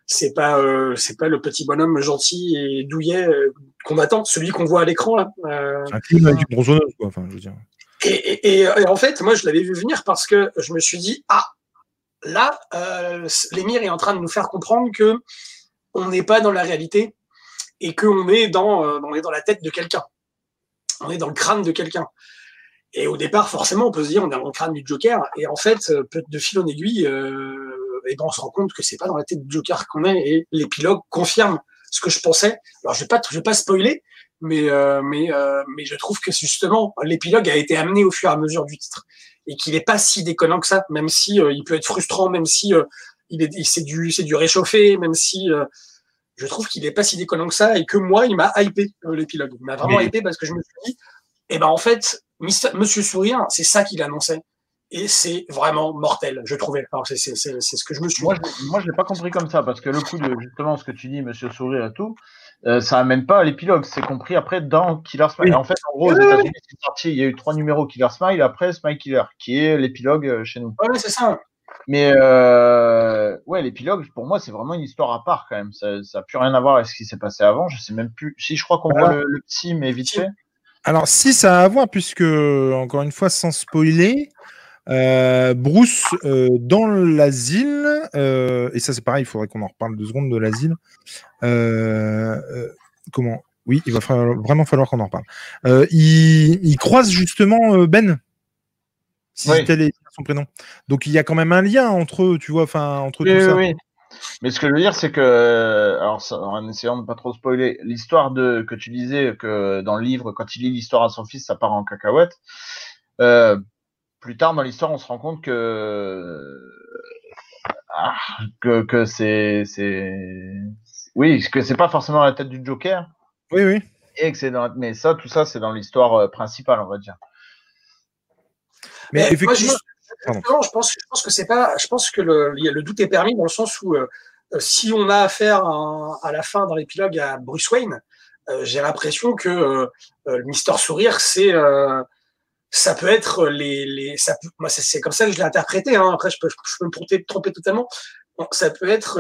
c'est pas le petit bonhomme gentil et douillet qu'on attend, celui qu'on voit à l'écran là. C'est un film avec du bronzonnage, quoi. Enfin, je veux dire. Et en fait, moi, je l'avais vu venir parce que je me suis dit, là, l'émir est en train de nous faire comprendre que on n'est pas dans la réalité et qu'on est dans la tête de quelqu'un. On est dans le crâne de quelqu'un. Et au départ, forcément, on peut se dire, on est dans le crâne du Joker. Et en fait, de fil en aiguille, et ben on se rend compte que c'est pas dans la tête du Joker qu'on est. Et l'épilogue confirme ce que je pensais. Alors, je vais pas spoiler, mais je trouve que justement, l'épilogue a été amené au fur et à mesure du titre et qu'il est pas si déconnant que ça, même si il peut être frustrant, même si c'est du réchauffé, même si je trouve qu'il est pas si déconnant que ça et que moi, il m'a hypé l'épilogue. Il m'a vraiment hypé parce que je me suis dit, eh ben en fait, Monsieur Sourire, c'est ça qu'il annonçait. Et c'est vraiment mortel, je trouvais. Alors, c'est ce que je me suis dit. Moi, je l'ai pas compris comme ça, parce que le coup de, justement, ce que tu dis, Monsieur Sourire et tout, ça amène pas à l'épilogue. C'est compris après dans Killer Smile. Oui. En fait, en gros, aux États-Unis, c'est sorti, il y a eu 3 numéros Killer Smile, après Smile Killer, qui est l'épilogue chez nous. Ouais, c'est ça. Mais ouais, l'épilogue, pour moi, c'est vraiment une histoire à part quand même. Ça n'a plus rien à voir avec ce qui s'est passé avant. Je sais même plus. Si, je crois qu'on voit le petit, mais vite fait. Alors, si, ça a à voir, puisque, encore une fois, sans spoiler, Bruce, dans l'asile, et ça c'est pareil, il faudrait qu'on en reparle 2 secondes de l'asile. Comment ? Oui, il va vraiment falloir qu'on en reparle. Il croise justement Ben. Si tel est son prénom. Donc il y a quand même un lien entre eux, tu vois, entre tout ça. Oui. Mais ce que je veux dire, c'est que, alors en essayant de pas trop spoiler, l'histoire que tu disais que dans le livre, quand il lit l'histoire à son fils, ça part en cacahuète. Plus tard dans l'histoire, on se rend compte que c'est pas forcément la tête du Joker. Oui. Et que mais tout ça, c'est dans l'histoire principale, on va dire. Mais effectivement, je pense que c'est pas. Je pense que le doute est permis dans le sens où si on a affaire à la fin dans l'épilogue à Bruce Wayne, j'ai l'impression que Mister Sourire, ça peut être moi c'est comme ça que je l'ai interprété. Hein. Après, je peux me tromper totalement. Donc, ça peut être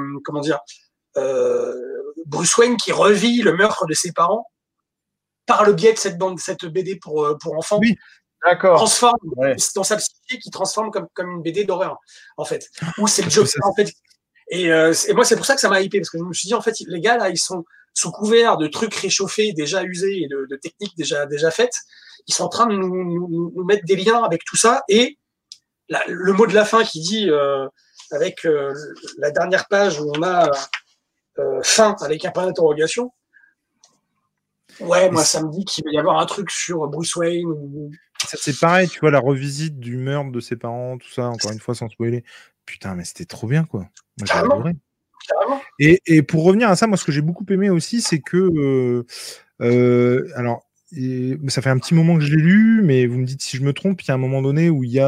Bruce Wayne qui revit le meurtre de ses parents par le biais de cette BD pour enfants. Oui. D'accord. Transforme dans sa psyché, qui transforme comme une BD d'horreur, en fait. Ou c'est le Joker, en fait. Et moi, c'est pour ça que ça m'a hypé, parce que je me suis dit, en fait, les gars, là, ils sont sous couvert de trucs réchauffés, déjà usés, et de techniques déjà faites. Ils sont en train de nous mettre des liens avec tout ça. Et le mot de la fin qui dit, avec la dernière page où on a fin avec un point d'interrogation, ouais, moi, ça me dit qu'il va y avoir un truc sur Bruce Wayne. C'est pareil, tu vois, la revisite du meurtre de ses parents, tout ça, encore une fois, sans spoiler. Putain, mais c'était trop bien, quoi. Moi, j'ai adoré. Et pour revenir à ça, moi, ce que j'ai beaucoup aimé aussi, c'est que... alors, ça fait un petit moment que je l'ai lu, mais vous me dites si je me trompe, il y a un moment donné où il y a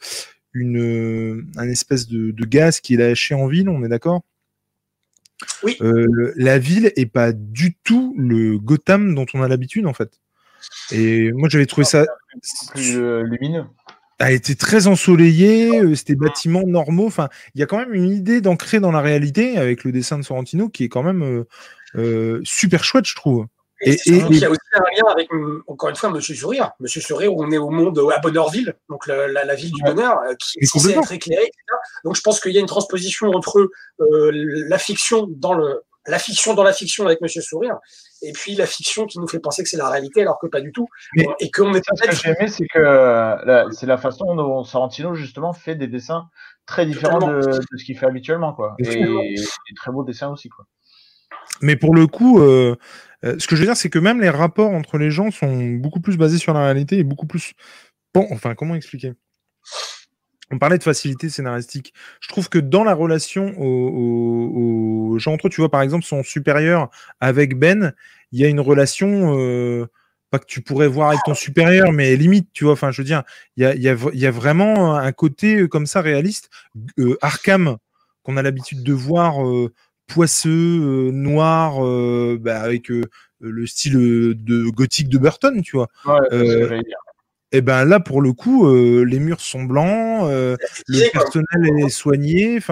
un espèce de gaz qui est lâché en ville, on est d'accord ? Oui. La ville est pas du tout le Gotham dont on a l'habitude, en fait. Et moi, j'avais trouvé ça plus lumineux. A été très ensoleillé, c'était bâtiments normaux. Enfin, il y a quand même une idée d'ancrer dans la réalité avec le dessin de Sorrentino qui est quand même super chouette, je trouve. Et il y a aussi un lien avec, encore une fois, Monsieur Sourire. Monsieur Sourire, où on est au monde à Bonheurville, donc la ville du bonheur, qui est censée être éclairée, etc. Donc je pense qu'il y a une transposition entre la fiction dans la fiction avec Monsieur Sourire, et puis la fiction qui nous fait penser que c'est la réalité, alors que pas du tout. Et qu'on est ce que j'ai aimé, c'est que c'est la façon dont Sorrentino, justement, fait des dessins très différents de ce qu'il fait habituellement, quoi. Et des très beaux dessins aussi, quoi. Mais pour le coup, ce que je veux dire, c'est que même les rapports entre les gens sont beaucoup plus basés sur la réalité et beaucoup plus... Bon, enfin, comment expliquer ? On parlait de facilité scénaristique. Je trouve que dans la relation aux gens entre eux, tu vois, par exemple, son supérieur avec Ben, il y a une relation... pas que tu pourrais voir avec ton supérieur, mais limite, tu vois, enfin, je veux dire, il y a vraiment un côté comme ça réaliste. Arkham, qu'on a l'habitude de voir... poisseux, noir, avec le style de gothique de Burton, tu vois. Ouais, c'est ce que j'allais dire. Et ben là, pour le coup, les murs sont blancs, le personnel est soigné. Enfin,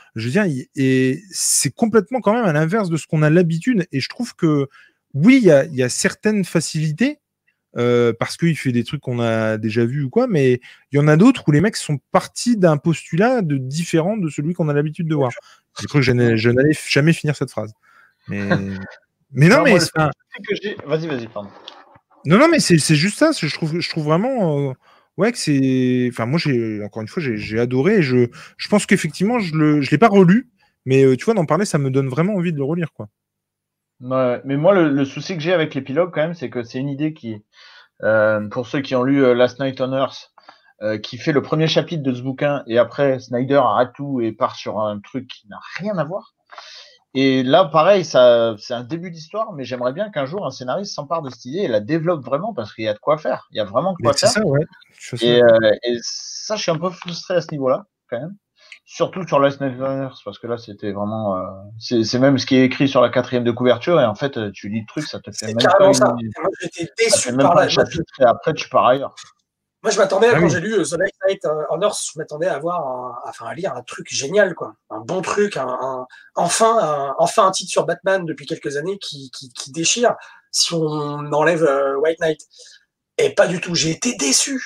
Je veux dire, et c'est complètement quand même à l'inverse de ce qu'on a l'habitude. Et je trouve que oui, il y a certaines facilités. Parce qu'il fait des trucs qu'on a déjà vus ou quoi, mais il y en a d'autres où les mecs sont partis d'un postulat différent de celui qu'on a l'habitude de voir. J'ai cru que je n'allais jamais finir cette phrase. Mais non, mais vas-y, pardon. Non, mais c'est juste ça. Je trouve vraiment ouais que c'est. Enfin, moi, encore une fois, j'ai adoré. Et je pense qu'effectivement, je l'ai pas relu, mais tu vois, d'en parler, ça me donne vraiment envie de le relire, quoi. Ouais, mais moi, le souci que j'ai avec l'épilogue, quand même, c'est que c'est une idée qui, pour ceux qui ont lu Last Night on Earth, qui fait le premier chapitre de ce bouquin, et après, Snyder arrête tout et part sur un truc qui n'a rien à voir. Et là, pareil, c'est un début d'histoire, mais j'aimerais bien qu'un jour, un scénariste s'empare de cette idée et la développe vraiment, parce qu'il y a de quoi faire. Il y a vraiment de quoi faire. C'est ça, ouais. Et ça, je suis un peu frustré à ce niveau-là, quand même. Surtout sur Last Night on Earth, parce que là, c'était vraiment... c'est même ce qui est écrit sur la 4e de couverture, et en fait, tu lis le truc, ça te fait même pas... ça. Moi, j'étais déçu par la chapitre, et après, tu pars ailleurs. Moi, je m'attendais, quand j'ai lu The Last Night on Earth, je m'attendais à lire un truc génial, quoi. Un bon truc, enfin un titre sur Batman depuis quelques années qui déchire, si on enlève White Knight. Et pas du tout. J'ai été déçu.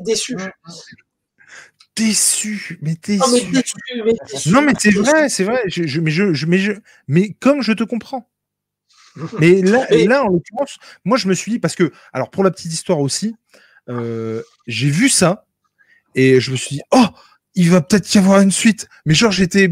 Mais c'est vrai. Mais comme je te comprends. Mais là, en l'occurrence, moi, je me suis dit, parce que, alors, pour la petite histoire aussi, j'ai vu ça et je me suis dit, oh, il va peut-être y avoir une suite. Mais genre,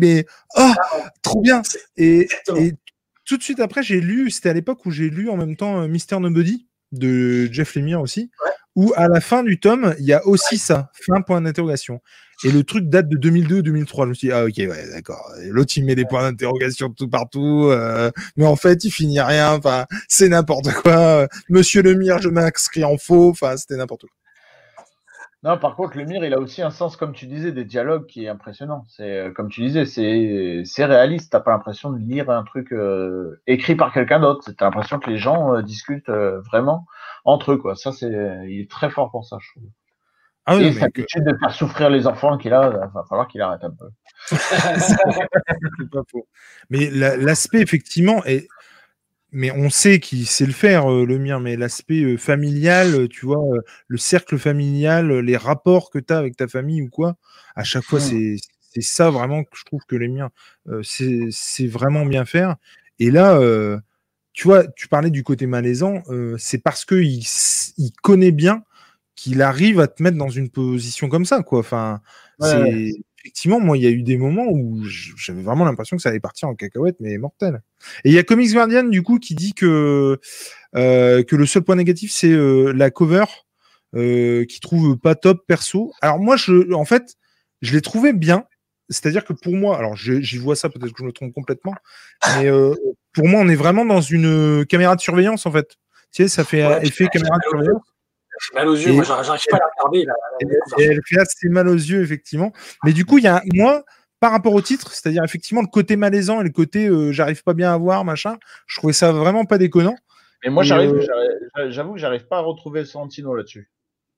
trop bien. Et tout de suite après, c'était à l'époque où j'ai lu en même temps Mr. Nobody de Jeff Lemire aussi, où à la fin du tome, il y a aussi ça, fin point d'interrogation. Et le truc date de 2002-2003. Je me suis dit, ok, ouais, d'accord. L'autre, il met des points d'interrogation tout partout, mais en fait, il finit rien. Enfin, c'est n'importe quoi. Monsieur Lemire, je m'inscris en faux. Enfin, c'était n'importe quoi. Non, par contre, Lemire, il a aussi un sens, comme tu disais, des dialogues qui est impressionnant. C'est, comme tu disais, c'est réaliste. T'as pas l'impression de lire un truc écrit par quelqu'un d'autre. T'as l'impression que les gens discutent vraiment entre eux, quoi. Ça, il est très fort pour ça, je trouve. Ah oui, et cette habitude de faire souffrir les enfants qu'il a, va falloir qu'il arrête un peu. C'est pas faux. Mais l'aspect, effectivement, mais on sait qu'il sait le faire, Lemire, mais l'aspect familial, tu vois, le cercle familial, les rapports que tu as avec ta famille ou quoi, à chaque fois, c'est ça vraiment que je trouve que Lemire, c'est vraiment bien faire. Et là, tu vois, tu parlais du côté malaisant, c'est parce qu'il connaît bien qu'il arrive à te mettre dans une position comme ça, quoi. Enfin, effectivement, moi, il y a eu des moments où j'avais vraiment l'impression que ça allait partir en cacahuète, mais mortel. Et il y a Comics Guardian, du coup, qui dit que le seul point négatif, c'est la cover, qui trouve pas top perso. Alors moi, en fait, je l'ai trouvé bien. C'est-à-dire que pour moi, alors j'y vois ça, peut-être que je me trompe complètement, mais pour moi, on est vraiment dans une caméra de surveillance, en fait. Tu sais, ça fait effet caméra de surveillance. J'ai mal aux yeux, moi j'arrive pas à la regarder. Et elle fait assez mal aux yeux, effectivement. Mais du coup, il y a moi, par rapport au titre, c'est-à-dire effectivement le côté malaisant et le côté j'arrive pas bien à voir, machin, je trouvais ça vraiment pas déconnant. Mais moi, j'avoue que j'arrive pas à retrouver Sorrentino là-dessus.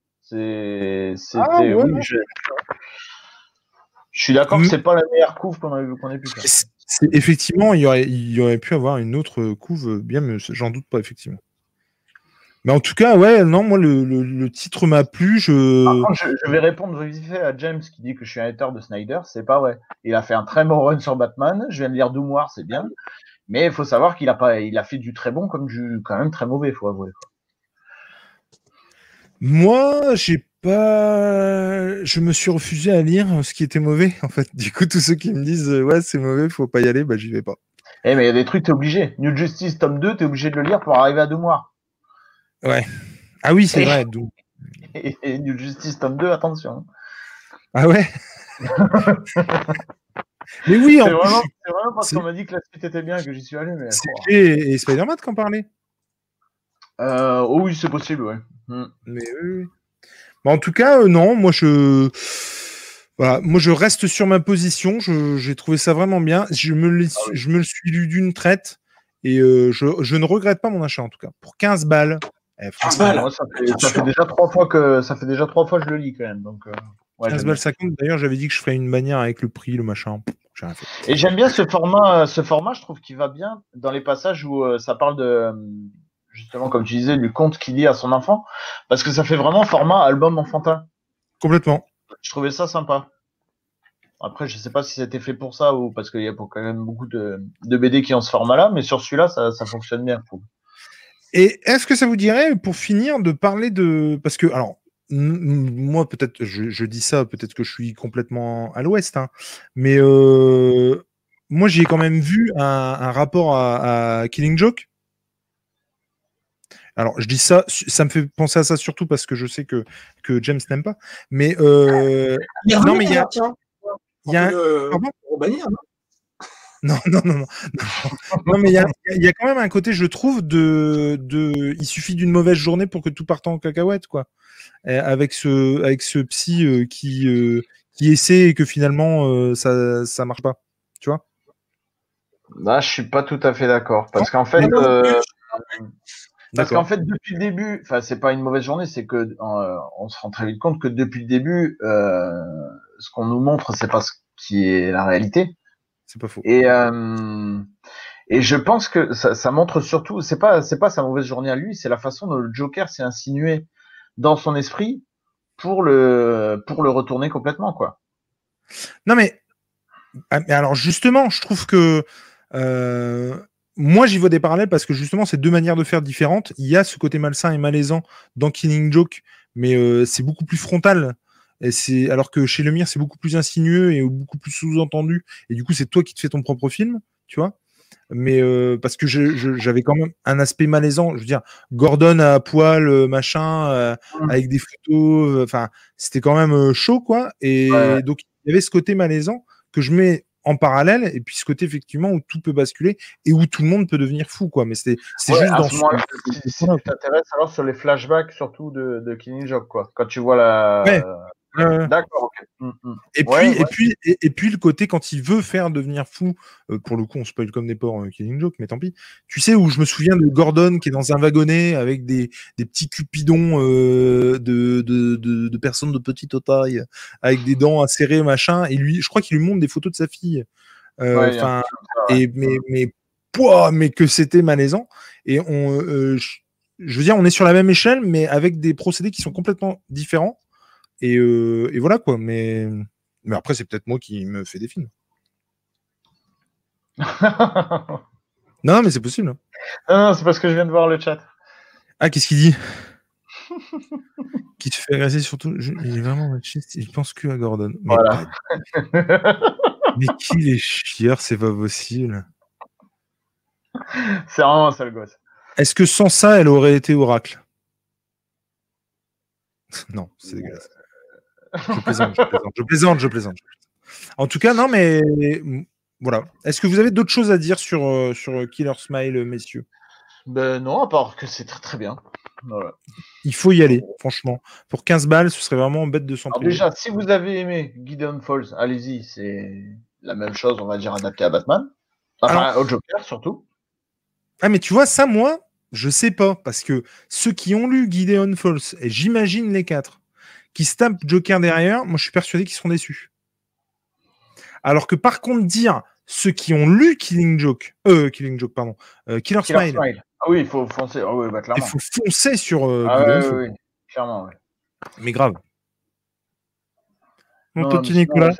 Je suis d'accord que c'est pas la meilleure couve qu'on ait pu faire. Effectivement, il y aurait pu avoir une autre couve bien, mais j'en doute pas, effectivement. Mais en tout cas, ouais, non, moi, le titre m'a plu. Par contre, je vais répondre vite fait à James qui dit que je suis un hater de Snyder. C'est pas vrai. Il a fait un très bon run sur Batman. Je viens de lire Doom War, c'est bien. Mais il faut savoir qu'il a fait du très bon comme du quand même très mauvais, il faut avouer. Moi, je me suis refusé à lire ce qui était mauvais, en fait. Du coup, tous ceux qui me disent, ouais, c'est mauvais, faut pas y aller, bah, j'y vais pas. Mais il y a des trucs, t'es obligé. New Justice, tome 2, t'es obligé de le lire pour arriver à Doom War. Ouais. Ah oui, c'est vrai. Et New Justice tome 2, attention. Ah ouais. Mais oui, c'est vraiment parce qu'on m'a dit que la suite était bien que j'y suis allé. Mais et Spider-Man qui en parlait. Oh oui, c'est possible, ouais. Mais oui. Bah, en tout cas, non, moi je reste sur ma position. J'ai trouvé ça vraiment bien. Je me le suis lu d'une traite et je ne regrette pas mon achat en tout cas. Pour 15 balles. 15 balles. Moi, ça fait déjà 3 fois que je le lis quand même. Donc, 15 balles 50. D'ailleurs, j'avais dit que je ferais une manière avec le prix, le machin. j'ai rien fait. Et j'aime bien ce format, je trouve qu'il va bien dans les passages où ça parle de, justement, comme tu disais, du conte qu'il lit à son enfant, parce que ça fait vraiment format album enfantin. Complètement. Je trouvais ça sympa. Après, je sais pas si c'était fait pour ça ou parce qu'il y a quand même beaucoup de BD qui ont ce format-là, mais sur celui-là, ça fonctionne bien, je trouve. Et est-ce que ça vous dirait, pour finir, de parler de... Parce que, alors, moi, peut-être, je dis ça, peut-être que je suis complètement à l'ouest, hein, mais moi, j'ai quand même vu un rapport à Killing Joke. Alors, je dis ça, ça me fait penser à ça surtout parce que je sais que James n'aime pas. Mais non, mais il y a... Pardon, non, mais il y a quand même un côté, je trouve, il suffit d'une mauvaise journée pour que tout parte en cacahuète, quoi. Avec ce psy qui essaie et que finalement ça marche pas, tu vois. Là, je suis pas tout à fait d'accord parce qu'en fait, depuis le début, enfin, c'est pas une mauvaise journée, c'est que on se rend très vite compte que depuis le début, ce qu'on nous montre, c'est pas ce qui est la réalité. C'est pas faux. Et je pense que ça montre surtout, c'est pas sa mauvaise journée à lui, c'est la façon dont le Joker s'est insinué dans son esprit pour le retourner complètement, quoi. Non mais alors justement, je trouve que moi j'y vois des parallèles parce que justement c'est deux manières de faire différentes. Il y a ce côté malsain et malaisant dans Killing Joke, mais c'est beaucoup plus frontal. Et alors que chez Lemire c'est beaucoup plus insinueux et beaucoup plus sous-entendu. Et du coup c'est toi qui te fais ton propre film, tu vois. Mais parce que j'avais quand même un aspect malaisant. Je veux dire, Gordon à poil, machin, avec des photos. Enfin, c'était quand même chaud, quoi. Et donc il y avait ce côté malaisant que je mets en parallèle, et puis ce côté effectivement où tout peut basculer et où tout le monde peut devenir fou, quoi. Mais c'est juste dans ce moment-là. Si tu t'intéresses alors sur les flashbacks, surtout de Killing Joke, quoi. Quand tu vois la. Ouais. D'accord, ok. Et puis le côté quand il veut faire devenir fou, pour le coup on spoil comme des porcs Killing Joke, mais tant pis. Tu sais, où je me souviens de Gordon qui est dans un wagonnet avec des petits cupidons de personnes de petite taille, avec des dents acérées, machin, et lui, je crois qu'il lui montre des photos de sa fille. Enfin, mais que c'était malaisant. Et je veux dire, on est sur la même échelle, mais avec des procédés qui sont complètement différents. Et voilà, quoi. Mais après, c'est peut-être moi qui me fais des films. Non, mais c'est possible. Non, c'est parce que je viens de voir le chat. Ah, qu'est-ce qu'il dit? Qui te fait agresser surtout. Il est vraiment machiste. Il pense que à Gordon. Mais, voilà. Mais qu'il est chieur, c'est pas possible. C'est vraiment un sale gosse. Est-ce que sans ça, elle aurait été Oracle? Non, c'est dégueulasse. Je plaisante. En tout cas, non, mais voilà. Est-ce que vous avez d'autres choses à dire sur Killer Smile, messieurs? Ben non, à part que c'est très très bien. Voilà. Il faut y aller, franchement. Pour 15 balles, ce serait vraiment bête de s'en priver. Déjà, si vous avez aimé Gideon Falls, allez-y, c'est la même chose, on va dire, adapté à Batman. Enfin, au Joker, surtout. Ah, mais tu vois, ça, moi, je sais pas, parce que ceux qui ont lu Gideon Falls, et j'imagine les 4, qui se tapent Joker derrière, moi, je suis persuadé qu'ils seront déçus. Alors que, par contre, dire ceux qui ont lu Killer Smile. Ah oui, il faut foncer. Ah oui, bah, clairement. Il faut foncer sur Gideon Falls. Oui, clairement, oui. Mais grave. Mon petit Nicolas.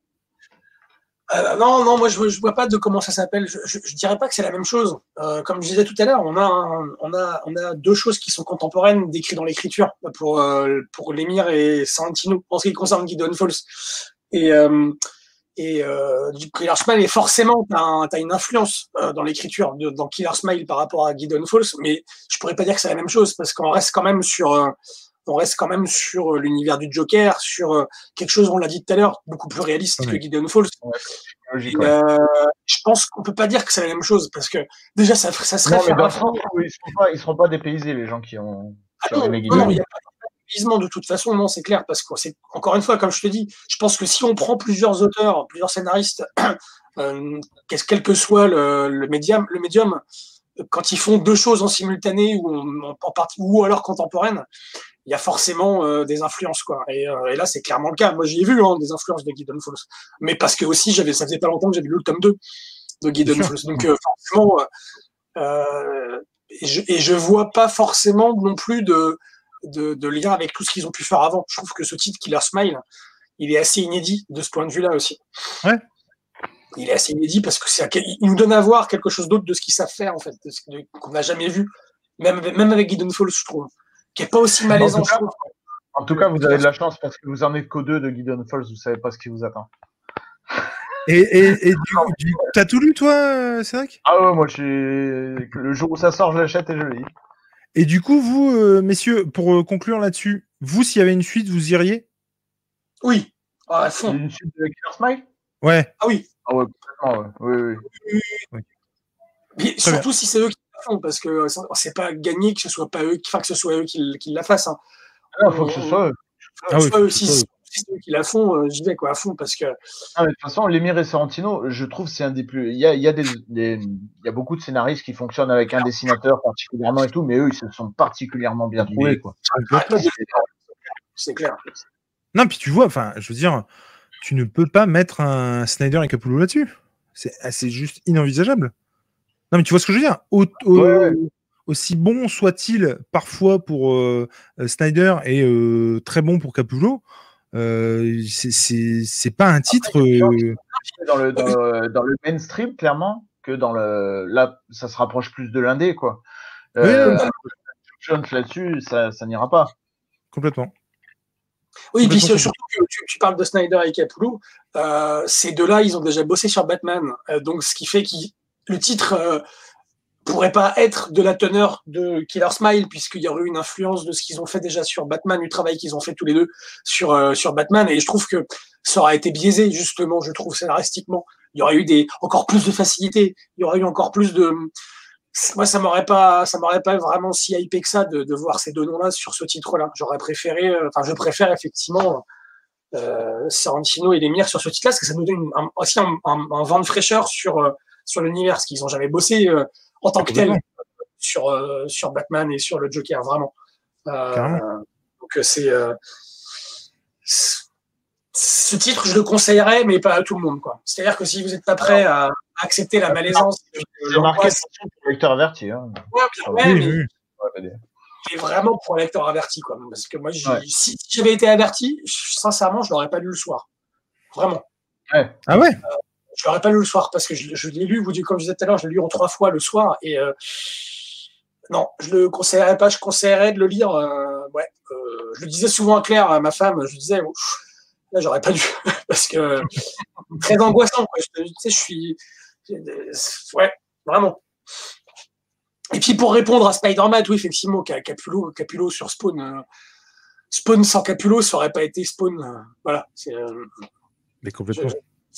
Non, moi je vois pas de comment ça s'appelle. Je dirais pas que c'est la même chose. Comme je disais tout à l'heure, on a deux choses qui sont contemporaines décrites dans l'écriture pour Lemire et Santino en ce qui concerne Gideon Falls. Et Killer Smile, et forcément t'as une influence dans l'écriture dans Killer Smile par rapport à Gideon Falls, mais je pourrais pas dire que c'est la même chose parce qu'on reste quand même sur l'univers du Joker, sur quelque chose, on l'a dit tout à l'heure, beaucoup plus réaliste que Gideon Falls. Ouais, je pense qu'on peut pas dire que c'est la même chose parce que déjà ça serait. Non, mais dans le sens où ils seront pas dépaysés, les gens qui ont aimé Gideon. Non, il n'y a pas de dépaysement de toute façon, non, c'est clair, parce que c'est encore une fois, comme je te dis, je pense que si on prend plusieurs auteurs, plusieurs scénaristes, quel que soit le médium, quand ils font deux choses en simultané ou en partie ou alors contemporaine, il y a forcément des influences, quoi. Et là, c'est clairement le cas. Moi, j'y ai vu des influences de Gideon Falls. Mais parce que aussi, ça faisait pas longtemps que j'avais lu le tome 2 de Gideon Falls. Donc, forcément, et je vois pas forcément non plus de lien avec tout ce qu'ils ont pu faire avant. Je trouve que ce titre, Killer Smile, il est assez inédit de ce point de vue-là aussi. Ouais. Il est assez inédit parce que il nous donne à voir quelque chose d'autre de ce qu'ils savent faire, en fait, qu'on n'a jamais vu. Même avec Gideon Falls, je trouve. Qui n'est pas aussi malaisant, je trouve. En tout cas, vous avez de la chance parce que vous en êtes qu'aux 2 de Gideon Falls, vous savez pas ce qui vous attend. Et t'as tout lu, toi, Cédric? Ah ouais, moi, le jour où ça sort, je l'achète et je le lis. Et du coup, vous, messieurs, pour conclure là-dessus, vous, s'il y avait une suite, vous iriez? Oui, à fond. Une suite de Killer Smile? Ouais. Ah oui. Ah ouais, complètement, ouais. Oui. Mais surtout si c'est eux qui la font, parce que c'est pas gagné que ce soit pas eux, que ce soit eux qui la fassent. Hein. Il faut que ce soit eux. Si c'est eux qui la font, j'y vais quoi, à fond, parce que. Ah, de toute façon, Lemire et Sorrentino, je trouve c'est un des plus. Il y a beaucoup de scénaristes qui fonctionnent avec un dessinateur particulièrement et tout, mais eux, ils se sont particulièrement bien trouvés, quoi. C'est clair. Non, puis tu vois, enfin, je veux dire, tu ne peux pas mettre un Snyder et Capullo là-dessus. C'est juste inenvisageable. Non, mais tu vois ce que je veux dire? Aussi bon soit-il parfois pour Snyder et très bon pour Capullo, c'est pas un titre. Dans le mainstream, clairement, que dans le. Là, ça se rapproche plus de l'indé, quoi. Jones là-dessus, ça n'ira pas. Complètement. Oui, puis surtout que tu parles de Snyder et Capullo, ces deux-là, ils ont déjà bossé sur Batman. Donc, ce qui fait que le titre pourrait pas être de la teneur de Killer Smile, puisqu'il y aurait eu une influence de ce qu'ils ont fait déjà sur Batman, du travail qu'ils ont fait tous les deux sur Batman. Et je trouve que ça aurait été biaisé, justement, je trouve, scénaristiquement. Il y aurait eu encore plus de facilité. Il y aurait eu encore plus de. Moi, ça m'aurait pas vraiment si hypé que ça de voir ces deux noms-là sur ce titre-là. J'aurais préféré, je préfère effectivement Sorrentino et Lemire sur ce titre-là, parce que ça nous donne aussi un vent de fraîcheur sur l'univers, parce qu'ils ont jamais bossé en tant que tel sur Batman et sur le Joker, vraiment. Donc ce titre, je le conseillerais, mais pas à tout le monde, quoi. C'est-à-dire que si vous n'êtes pas prêt à accepter la malaisance, c'est marqué pour lecteur averti. Hein. Mais vraiment pour un lecteur averti, quoi. Parce que moi, si j'avais été averti, sincèrement, je l'aurais pas lu le soir. Vraiment. Ouais. Ah ouais. Je l'aurais pas lu le soir parce que je l'ai lu, comme je disais tout à l'heure, je l'ai lu en 3 fois le soir et non, je le conseillerais pas. Je conseillerais de le lire. Je le disais souvent à Claire, à ma femme, je disais. Là, j'aurais pas dû, parce que très angoissant, quoi. Tu sais, je suis. Ouais, vraiment. Et puis, pour répondre à Spider-Man, oui, effectivement, Capullo sur Spawn. Spawn sans Capullo, ça aurait pas été Spawn. Voilà. Mais complètement.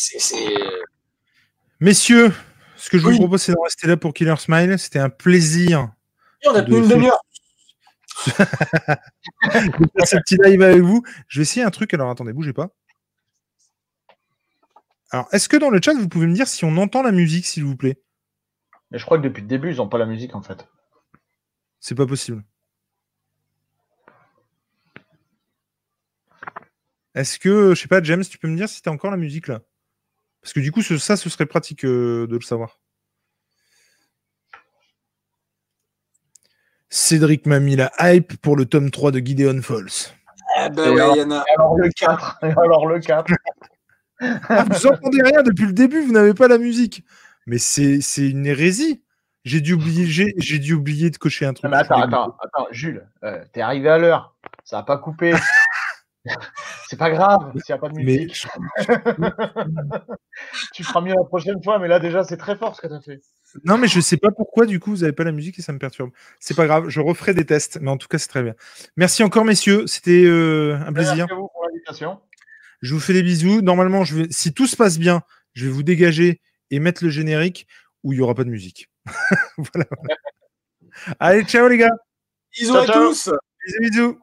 Messieurs, ce que je vous propose, c'est de rester là pour Killer Smile. C'était un plaisir. Et on a tenu une demi-heure. de faire ce petit live avec vous. Je vais essayer un truc, alors attendez, bougez pas. Alors, est-ce que dans le chat, vous pouvez me dire si on entend la musique, s'il vous plaît? Mais je crois que depuis le début, ils n'ont pas la musique, en fait. C'est pas possible. Est-ce que, je sais pas, James, tu peux me dire si t'as encore la musique, là? Parce que du coup, ce serait pratique de le savoir. Cédric m'a mis la hype pour le tome 3 de Gideon Falls. Ah ben ouais, il y en a. Alors le 4. Ah, vous entendez rien depuis le début, vous n'avez pas la musique. Mais c'est une hérésie. J'ai dû oublier de cocher un truc. Mais attends, Jules, t'es arrivé à l'heure. Ça n'a pas coupé. C'est pas grave s'il n'y a pas de musique. Tu feras mieux la prochaine fois, mais là déjà c'est très fort ce que tu as fait. Non, mais je sais pas pourquoi du coup vous n'avez pas la musique et ça me perturbe. C'est pas grave, je referai des tests, mais en tout cas c'est très bien. Merci encore messieurs, c'était un plaisir. Merci à vous pour l'invitation. Je vous fais des bisous. Normalement, si tout se passe bien, je vais vous dégager et mettre le générique où il n'y aura pas de musique. Voilà. Allez, ciao les gars. Bisous à tous. Bisous.